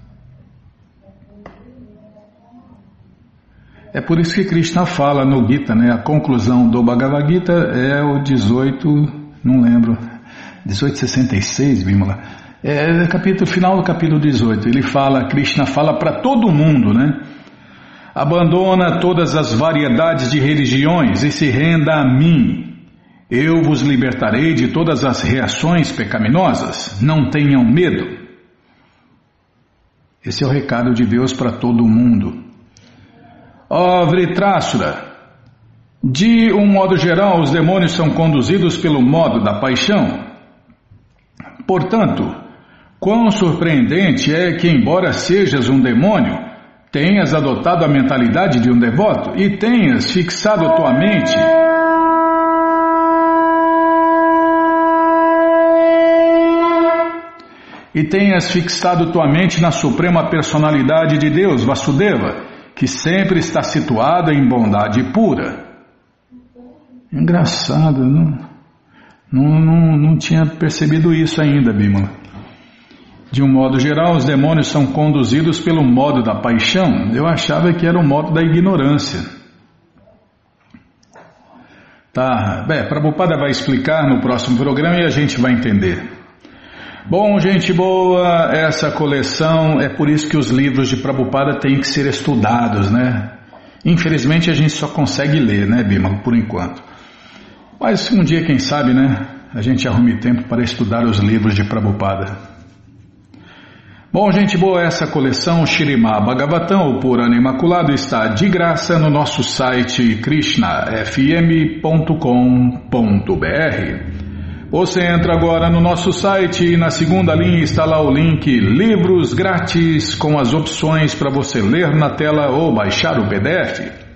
É por isso que Krishna fala no Gita, né? A conclusão do Bhagavad Gita é o dezoito, não lembro, dezoito sessenta e seis, Bimala. É capítulo, final do capítulo dezoito, ele fala, Krishna fala para todo mundo, né? Abandona todas as variedades de religiões e se renda a mim. Eu vos libertarei de todas as reações pecaminosas. Não tenham medo. Esse é o recado de Deus para todo mundo. Ó Vritrasura, de um modo geral, os demônios são conduzidos pelo modo da paixão. Portanto, quão surpreendente é que, embora sejas um demônio, tenhas adotado a mentalidade de um devoto e tenhas fixado tua mente e tenhas fixado tua mente na suprema personalidade de Deus, Vasudeva, que sempre está situado em bondade pura. Engraçado, não, não, não, não tinha percebido isso ainda, Bimala. De um modo geral, os demônios são conduzidos pelo modo da paixão. Eu achava que era o modo da ignorância. Tá, bem, Prabhupada vai explicar no próximo programa e a gente vai entender. Bom, gente boa, essa coleção, é por isso que os livros de Prabhupada têm que ser estudados, né? Infelizmente a gente só consegue ler, né, Bimala, por enquanto. Mas um dia, quem sabe, né, a gente arrume tempo para estudar os livros de Prabhupada. Bom, gente boa, essa coleção Śrīmad Bhagavatam, o Purana Imaculado, está de graça no nosso site krishna f m ponto com ponto b r. Você entra agora no nosso site e na segunda linha está lá o link Livros Grátis com as opções para você ler na tela ou baixar o P D F.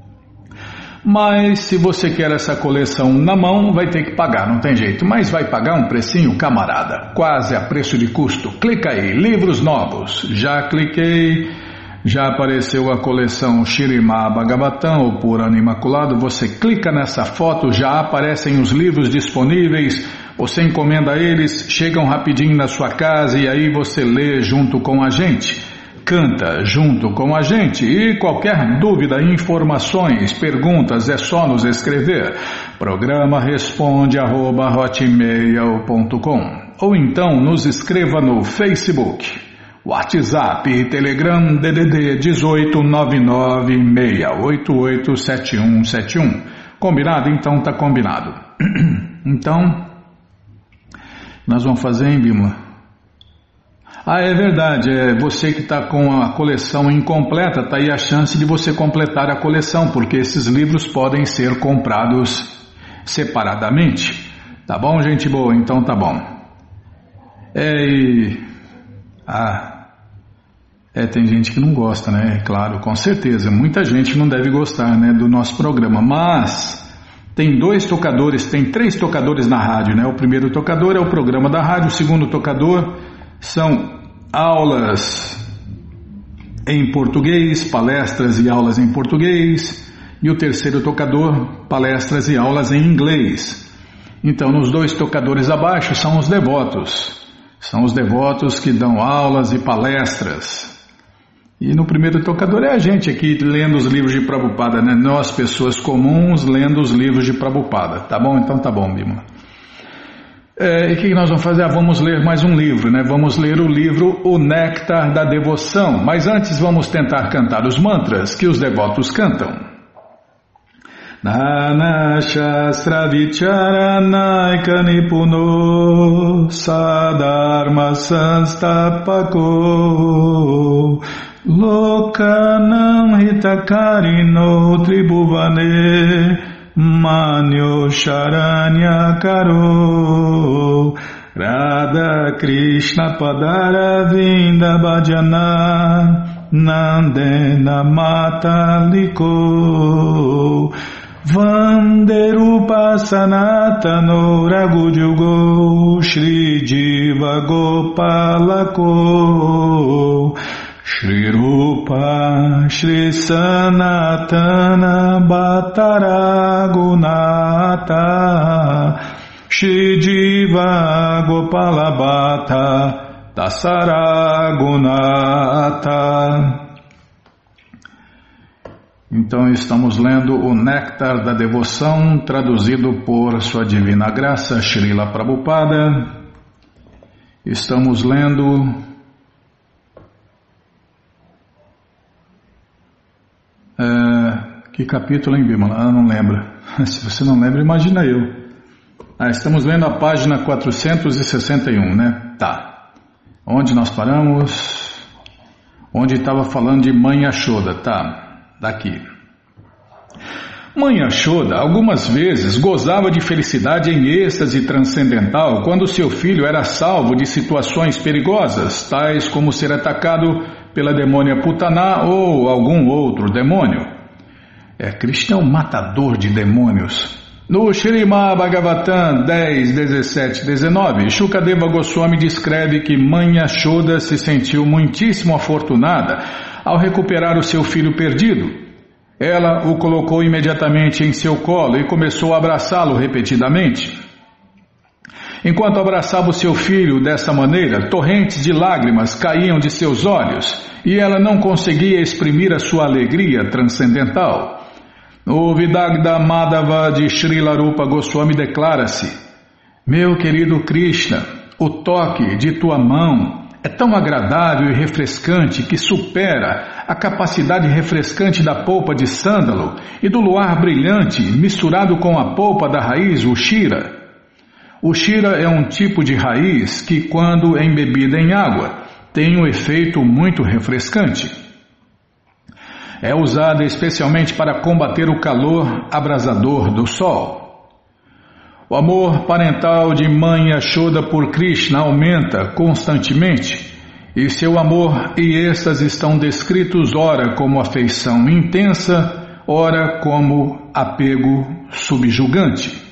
Mas se você quer essa coleção na mão, vai ter que pagar, não tem jeito. Mas vai pagar um precinho, camarada, quase a preço de custo. Clica aí, livros novos. Já cliquei, já apareceu a coleção Śrīmad Bhagavatam, o Purana Imaculado. Você clica nessa foto, já aparecem os livros disponíveis. Você encomenda eles, chegam rapidinho na sua casa e aí você lê junto com a gente. Canta junto com a gente e qualquer dúvida, informações, perguntas é só nos escrever. Programa responde arroba hotmail ponto com ou então nos escreva no Facebook, WhatsApp e Telegram D D D dezoito nove nove seis oito oito sete um sete um. Combinado? Então tá combinado. Então, nós vamos fazer, hein, Bimala? Ah, é verdade, é você que está com a coleção incompleta, está aí a chance de você completar a coleção, porque esses livros podem ser comprados separadamente. Tá bom, gente boa? Então tá bom. É, e... Ah, é, tem gente que não gosta, né? Claro, com certeza, muita gente não deve gostar, né, do nosso programa, mas... Tem dois tocadores, tem três tocadores na rádio, né? O primeiro tocador é o programa da rádio, o segundo tocador... São aulas em português, palestras e aulas em português, e o terceiro tocador, palestras e aulas em inglês. Então, nos dois tocadores abaixo são os devotos, são os devotos que dão aulas e palestras. E no primeiro tocador é a gente aqui lendo os livros de Prabhupada, né? Nós, pessoas comuns, lendo os livros de Prabhupada. Tá bom? Então tá bom, Bima. É, e o que nós vamos fazer? Ah, vamos ler mais um livro, né? Vamos ler o livro O Néctar da Devoção. Mas antes vamos tentar cantar os mantras que os devotos cantam. Nana Shastra Vicharanaika Nipuno Sadharma Sanstapako Lokanam Hitakarino Tribhuvane Manyo Sharanya Karo Radha Krishna Padara Vinda Bhajana Nandena Mataliko Vanderupa Sanatano Raghujugo Shri Jiva Gopalako Shri Rupa Shri Sanatana Bhattaragunata Shri Jiva Gopala Bhatta Tasaragunata. Então estamos lendo o Néctar da Devoção, traduzido por Sua Divina Graça Srila Prabhupada. Estamos lendo Uh, que capítulo, hein, Bimala? Ah, não lembro. Se você não lembra, imagina eu. Ah, estamos lendo a página quatrocentos e sessenta e um, né? Tá. Onde nós paramos? Onde estava falando de Mãe Yashoda. Tá, daqui. Mãe Yashoda algumas vezes gozava de felicidade em êxtase transcendental quando seu filho era salvo de situações perigosas, tais como ser atacado pela demônia Putaná ou algum outro demônio. É, Krishna é um matador de demônios. No Śrīmad Bhagavatam dez, dezessete, dezenove, Shukadeva Goswami descreve que Mãe Yashoda se sentiu muitíssimo afortunada ao recuperar o seu filho perdido. Ela o colocou imediatamente em seu colo e começou a abraçá-lo repetidamente. Enquanto abraçava o seu filho dessa maneira, torrentes de lágrimas caíam de seus olhos e ela não conseguia exprimir a sua alegria transcendental. No Vidagda Madhava de Srila Rupa Goswami declara-se: meu querido Krishna, o toque de tua mão é tão agradável e refrescante que supera a capacidade refrescante da polpa de sândalo e do luar brilhante misturado com a polpa da raiz Ushira. Ushira é um tipo de raiz que, quando embebida em água, tem um efeito muito refrescante. É usada especialmente para combater o calor abrasador do sol. O amor parental de Mãe Yashoda por Krishna aumenta constantemente, e seu amor e êxtase estão descritos ora como afeição intensa, ora como apego subjugante.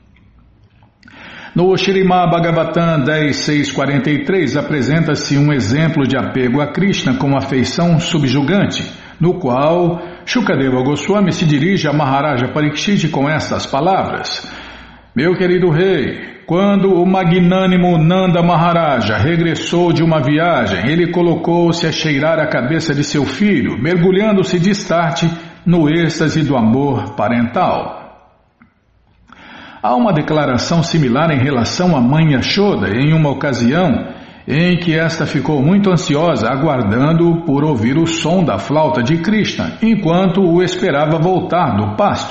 No Śrīmad Bhagavatam dez, seis, quarenta e três apresenta-se um exemplo de apego a Krishna com afeição subjugante, no qual Shukadeva Goswami se dirige a Maharaja Parikshit com estas palavras: meu querido rei, quando o magnânimo Nanda Maharaja regressou de uma viagem, ele colocou-se a cheirar a cabeça de seu filho, mergulhando-se de start no êxtase do amor parental. Há uma declaração similar em relação à mãe Yashoda em uma ocasião em que esta ficou muito ansiosa aguardando por ouvir o som da flauta de Krishna, enquanto o esperava voltar do pasto.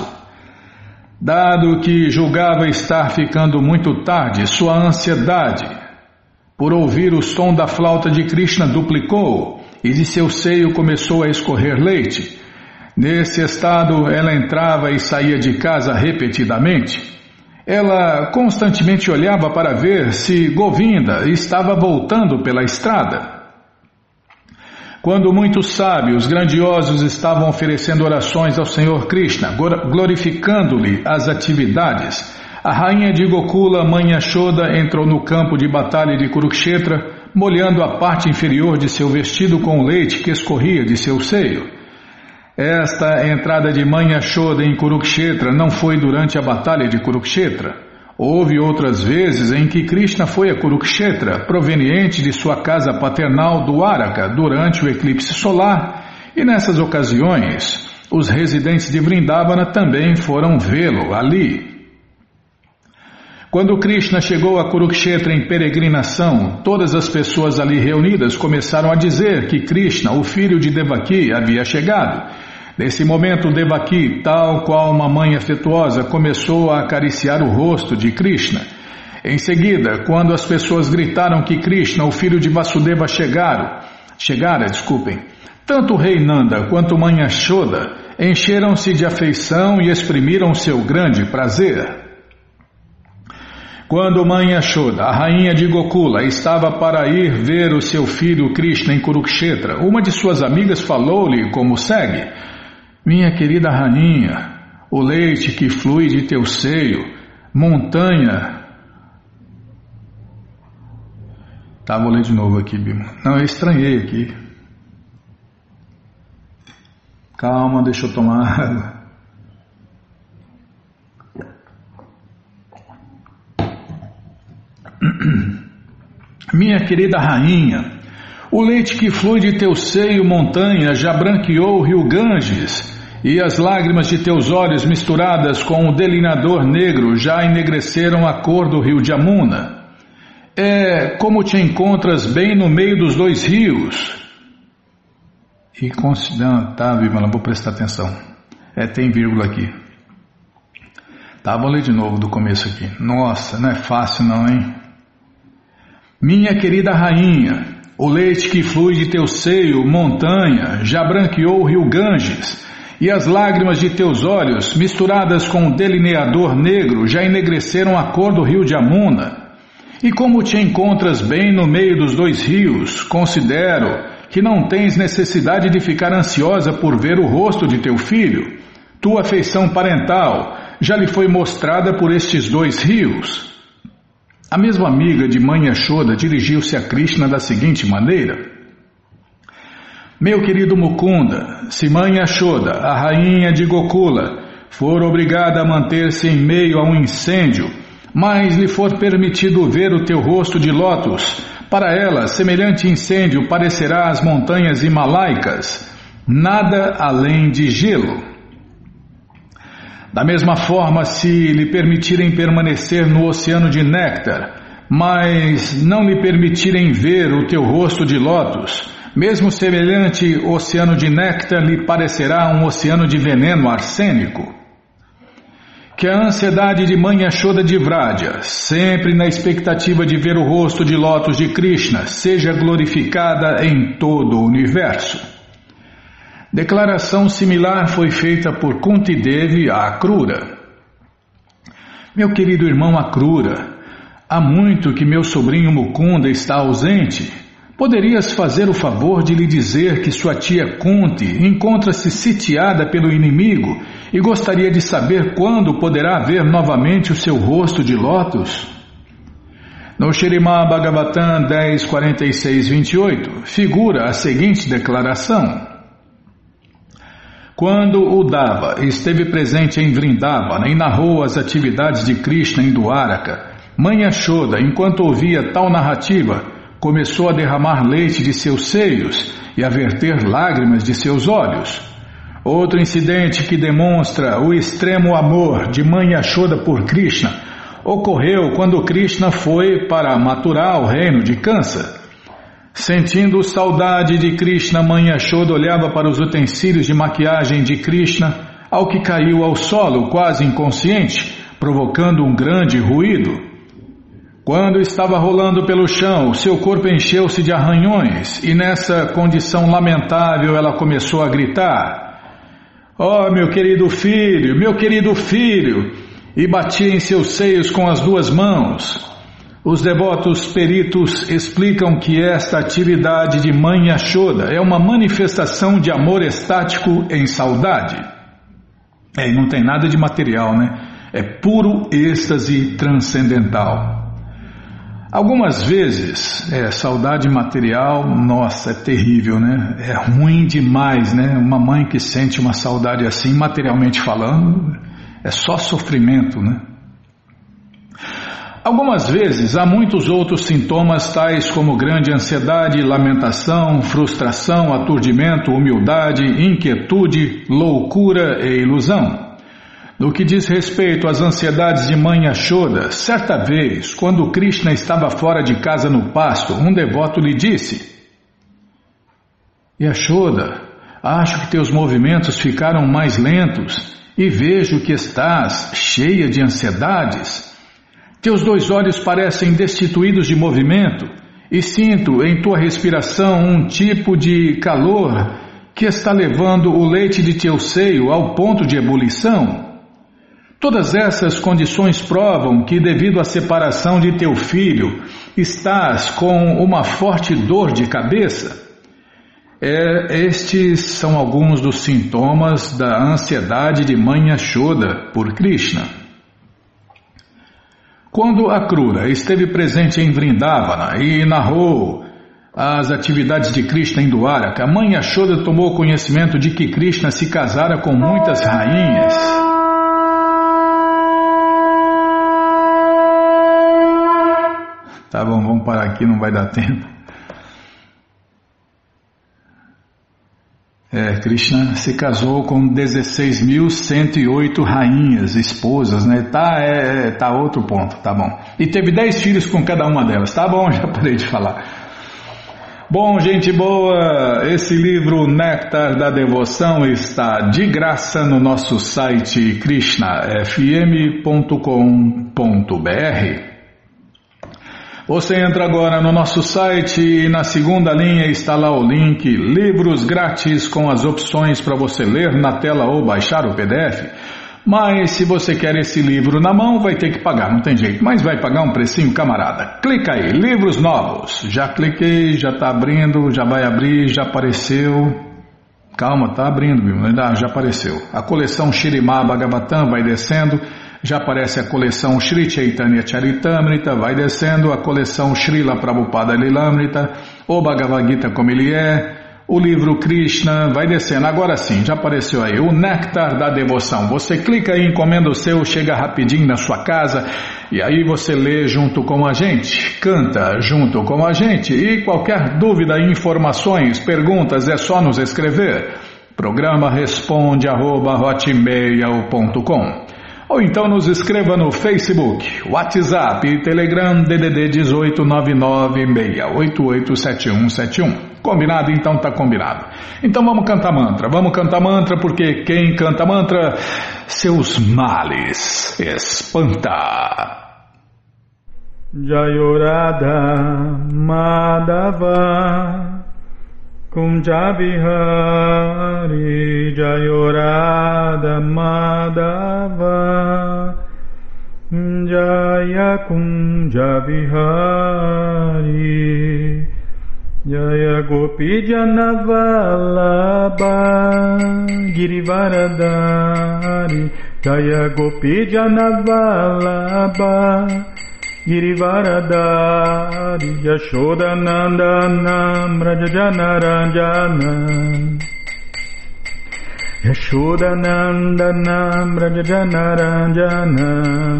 Dado que julgava estar ficando muito tarde, sua ansiedade por ouvir o som da flauta de Krishna duplicou e de seu seio começou a escorrer leite. Nesse estado, ela entrava e saía de casa repetidamente. Ela constantemente olhava para ver se Govinda estava voltando pela estrada. Quando muitos sábios grandiosos estavam oferecendo orações ao Senhor Krishna, glorificando-lhe as atividades, a rainha de Gokula, Mãe Yashoda, entrou no campo de batalha de Kurukshetra, molhando a parte inferior de seu vestido com o leite que escorria de seu seio. Esta entrada de Mãe Yashoda em Kurukshetra não foi durante a batalha de Kurukshetra. Houve outras vezes em que Krishna foi a Kurukshetra, proveniente de sua casa paternal Dwaraka, durante o eclipse solar, e nessas ocasiões, os residentes de Vrindavana também foram vê-lo ali. Quando Krishna chegou a Kurukshetra em peregrinação, todas as pessoas ali reunidas começaram a dizer que Krishna, o filho de Devaki, havia chegado. Nesse momento, Devaki, tal qual uma mãe afetuosa, começou a acariciar o rosto de Krishna. Em seguida, quando as pessoas gritaram que Krishna, o filho de Vasudeva, chegaram, chegara, desculpem, tanto o rei Nanda quanto Mãe Yashoda encheram-se de afeição e exprimiram seu grande prazer. Quando Mãe Yashoda, a rainha de Gokula, estava para ir ver o seu filho Krishna em Kurukshetra, uma de suas amigas falou-lhe como segue: minha querida rainha, o leite que flui de teu seio, montanha... Tá, vou ler de novo aqui, Bima. Não, eu estranhei aqui. Calma, deixa eu tomar água. Minha querida rainha, o leite que flui de teu seio, montanha, já branqueou o rio Ganges, e as lágrimas de teus olhos misturadas com o delineador negro já enegreceram a cor do rio Jamuna. É como te encontras bem no meio dos dois rios. E considerando, tá, Bimala, vou prestar atenção. É, tem vírgula aqui. Tá, vou ler de novo do começo aqui. Nossa, não é fácil não, hein? Minha querida rainha, o leite que flui de teu seio, montanha, já branqueou o rio Ganges, e as lágrimas de teus olhos, misturadas com o delineador negro, já enegreceram a cor do rio Jamuna. E como te encontras bem no meio dos dois rios, considero que não tens necessidade de ficar ansiosa por ver o rosto de teu filho. Tua afeição parental já lhe foi mostrada por estes dois rios. A mesma amiga de Mãe Yashoda dirigiu-se a Krishna da seguinte maneira: Meu querido Mukunda, se Mãe Yashoda, a rainha de Gokula, for obrigada a manter-se em meio a um incêndio, mas lhe for permitido ver o teu rosto de lótus, para ela semelhante incêndio parecerá as montanhas himalaicas, nada além de gelo. Da mesma forma, se lhe permitirem permanecer no oceano de néctar, mas não lhe permitirem ver o teu rosto de lótus, mesmo semelhante oceano de néctar lhe parecerá um oceano de veneno arsênico. Que a ansiedade de Mãe Yashoda de Vraja, sempre na expectativa de ver o rosto de lótus de Krishna, seja glorificada em todo o universo. Declaração similar foi feita por Kunti Devi a Akrura. Meu querido irmão Akrura, há muito que meu sobrinho Mukunda está ausente. Poderias fazer o favor de lhe dizer que sua tia Kunti encontra-se sitiada pelo inimigo e gostaria de saber quando poderá ver novamente o seu rosto de lótus? No Śrīmad Bhagavatam dez, quarenta e seis, vinte e oito, figura a seguinte declaração. Quando Uddhava esteve presente em Vrindavana e narrou as atividades de Krishna em Dwaraka, Mãe Yashoda, enquanto ouvia tal narrativa, começou a derramar leite de seus seios e a verter lágrimas de seus olhos. Outro incidente que demonstra o extremo amor de Mãe Yashoda por Krishna ocorreu quando Krishna foi para Mathura, o reino de Kansa. Sentindo saudade de Krishna, Mãe Yashoda olhava para os utensílios de maquiagem de Krishna, ao que caiu ao solo, quase inconsciente, provocando um grande ruído. Quando estava rolando pelo chão, seu corpo encheu-se de arranhões e nessa condição lamentável ela começou a gritar: "Oh, meu querido filho, meu querido filho!" e batia em seus seios com as duas mãos. Os devotos peritos explicam que esta atividade de Mãe Yashoda é uma manifestação de amor estático em saudade. É, e não tem nada de material, né? É puro êxtase transcendental. Algumas vezes, é, saudade material, nossa, é terrível, né? É ruim demais, né? Uma mãe que sente uma saudade assim, materialmente falando, é só sofrimento, né? Algumas vezes há muitos outros sintomas tais como grande ansiedade, lamentação, frustração, aturdimento, humildade, inquietude, loucura e ilusão. No que diz respeito às ansiedades de Mãe Yashoda, certa vez, quando Krishna estava fora de casa no pasto, um devoto lhe disse: Yashoda, acho que teus movimentos ficaram mais lentos e vejo que estás cheia de ansiedades. Teus dois olhos parecem destituídos de movimento e sinto em tua respiração um tipo de calor que está levando o leite de teu seio ao ponto de ebulição. Todas essas condições provam que, devido à separação de teu filho, estás com uma forte dor de cabeça. É, estes são alguns dos sintomas da ansiedade de Mãe Yashoda por Krishna. Quando Akrura esteve presente em Vrindavana e narrou as atividades de Krishna em Dwaraka, Mãe Yashoda tomou conhecimento de que Krishna se casara com muitas rainhas. Tá bom, vamos parar aqui, não vai dar tempo. É, Krishna se casou com dezesseis mil cento e oito rainhas, esposas, né? Tá, é, tá outro ponto, tá bom. E teve dez filhos com cada uma delas, tá bom, já parei de falar. Bom, gente boa, esse livro Néctar da Devoção está de graça no nosso site krishna f m ponto com ponto b r. Você entra agora no nosso site e na segunda linha está lá o link Livros Grátis com as opções para você ler na tela ou baixar o P D F. Mas se você quer esse livro na mão, vai ter que pagar, não tem jeito. Mas vai pagar um precinho, camarada. Clica aí, livros novos. Já cliquei, já está abrindo, já vai abrir, já apareceu. Calma, está abrindo, viu? Já apareceu. A coleção Śrīmad Bhagavatam vai descendo. Já aparece a coleção Sri Chaitanya Charitamrita, vai descendo, a coleção Srila Prabhupada Lilamrita, o Bhagavad Gita como ele é, o livro Krishna, vai descendo. Agora sim, já apareceu aí, o Néctar da Devoção. Você clica aí, encomenda o seu, chega rapidinho na sua casa e aí você lê junto com a gente, canta junto com a gente. E qualquer dúvida, informações, perguntas, é só nos escrever. Programa responde arroba hotmail ponto com. Ou então nos escreva no Facebook, WhatsApp e Telegram D D D dezoito nove nove seis oito oito sete um sete um. Combinado? Então tá combinado. Então vamos cantar mantra, vamos cantar mantra, porque quem canta mantra, seus males espanta. Jayorada Madhava Kunjabihari, Jayorada Madhava Jaya Kunjabihari, Jaya Gopi Janavalabha Girivaradari, Jaya Gopi Janavalabha Girivaradari, Yashodanandana Brajajanaranjana, Yashodanandana Brajajanaranjana,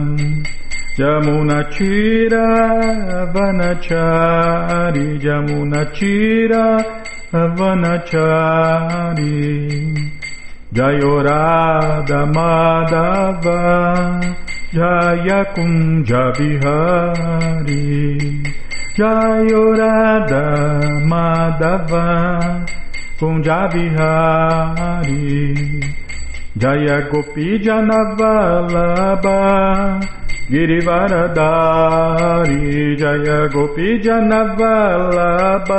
Jamunachira Vanachari, Jamunachira Vanachari, Jayorada Madhava Jaya Kunja Bihari, Jayorada Madhava Kunja Bihari, Jaya Gopi Janavalabha Girivaradari, Jaya Gopi Janavalabha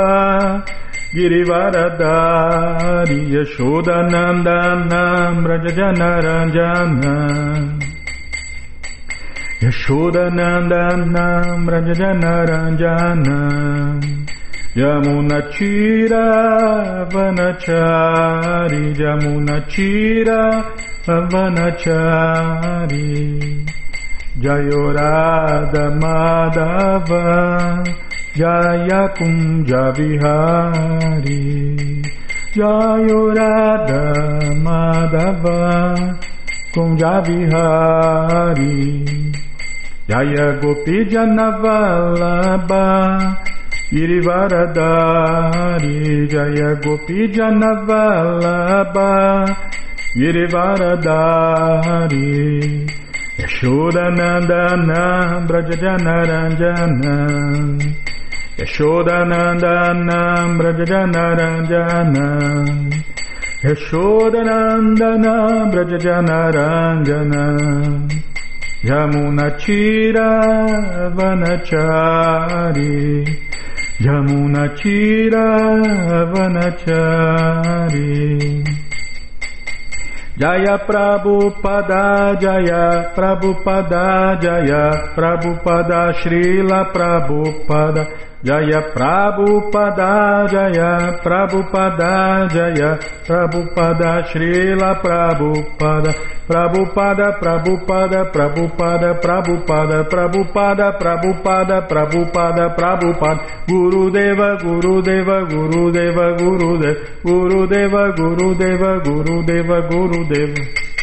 Girivaradari, Yashodanandana Brajajanaranjana, Yashodanandana Brajajanaranjana, Yamunachira Vanachari, Yamunachira Vanachari, Jayorada Madhava Jaya Kunja Bihari, Jayorada Madhava Kunja Bihari, Jaya Gopi Janavalabha Girivaradari, Jaya Gopi Janavalabha Girivaradari, Yashodanandana Brajajanaranjana, Yashodanandana Brajajanaranjana, Yashodanandana Brajajanaranjana, Yamunachira Vanachari, Yamunachira Vanachari, Jaya Prabhupada, Jaya Prabhupada, Jaya Prabhupada, Srila Prabhupada, Jaya Prabhupada, Jaya Prabhupada, Jaya Prabhupada, Srila Prabhupada, Prabhupada, Prabhupada, Prabhupada, Prabhupada, Prabhupada, Prabhupada, Prabhupada, Prabhupada, Gurudeva, Gurudeva, Gurudeva, Gurudeva, Gurudeva, Gurudeva, Gurudeva, Gurudeva.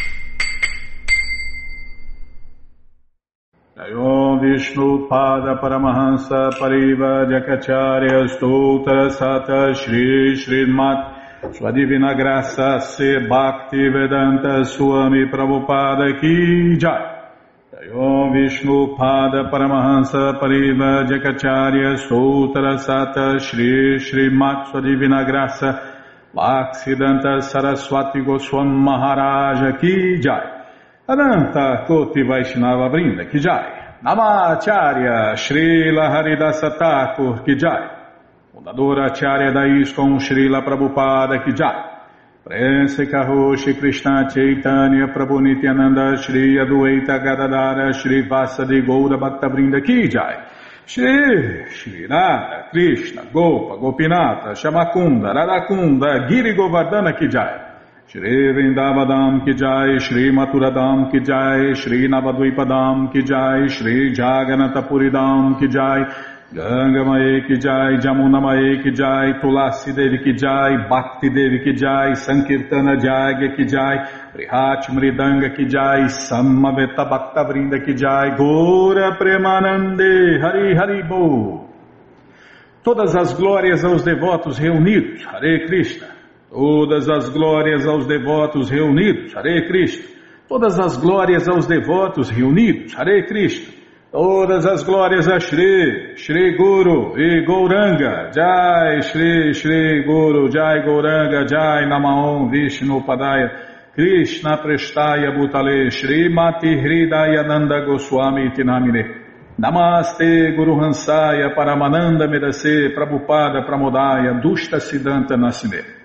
Om Vishnu Pada Paramahansa Pariva Jakacharya Stoutra Sata Shri Srimat Sua Divina Graça Se Bhakti Vedanta Swami Prabhupada Ki Jai. Om Vishnu Pada Paramahansa Pariva Jakacharya Stoutra Sata Shri Srimat Sua Divina Graça Bhaktivedanta Saraswati Goswami Maharaja Ki Jai. Ananta Koti Vaishnava Vrinda Ki Jai. Namacharya Srila Haridasa Thakur Ki Jai. Fundadora Acharya da ISKCON Srila Prabhupada Ki Jai. Prense Karoshi Krishna Chaitanya Prabhu Nityananda Shri Adueita Gadadara Shri Vasadi Goura Bhakta Vrinda Ki Jai. Shri Shri Radha Krishna Gopa Gopinata Shamakunda Radakunda Giri Govardhana Ki Jai. Shri Vrindavadam Ki Jai, Shri Maturadam Ki Jai, Shri Navadvipadam Ki Jai, Shri Jaganatapuridam Ki Jai, Ganga Mae Ki Jai, Jamuna Mae Ki Jai, Tulasi Devi Ki Jai, Bhakti Devi Ki Jai, Sankirtana Jagya Ki Jai, Prihat Mridanga Ki Jai, Samaveta Bhakta Vrinda Ki Jai, Gora Premanande, Hari Hari Bo. Todas as glórias aos devotos reunidos, Hare Krishna. Todas as glórias aos devotos reunidos, Hare Krishna. Todas as glórias aos devotos reunidos, Hare Krishna. Todas as glórias a Shri, Shri Guru e Gauranga, Jai Shri, Shri Guru, Jai Gauranga, Jai Namaon Vishnu Padaya, Krishna Prestaya Bhutale, Shri Mati Hridayananda Goswami Tinamine, Namaste Guru Hansaya Paramananda Medase, Prabhupada Pramodaya, Dushta Siddhanta Nasime.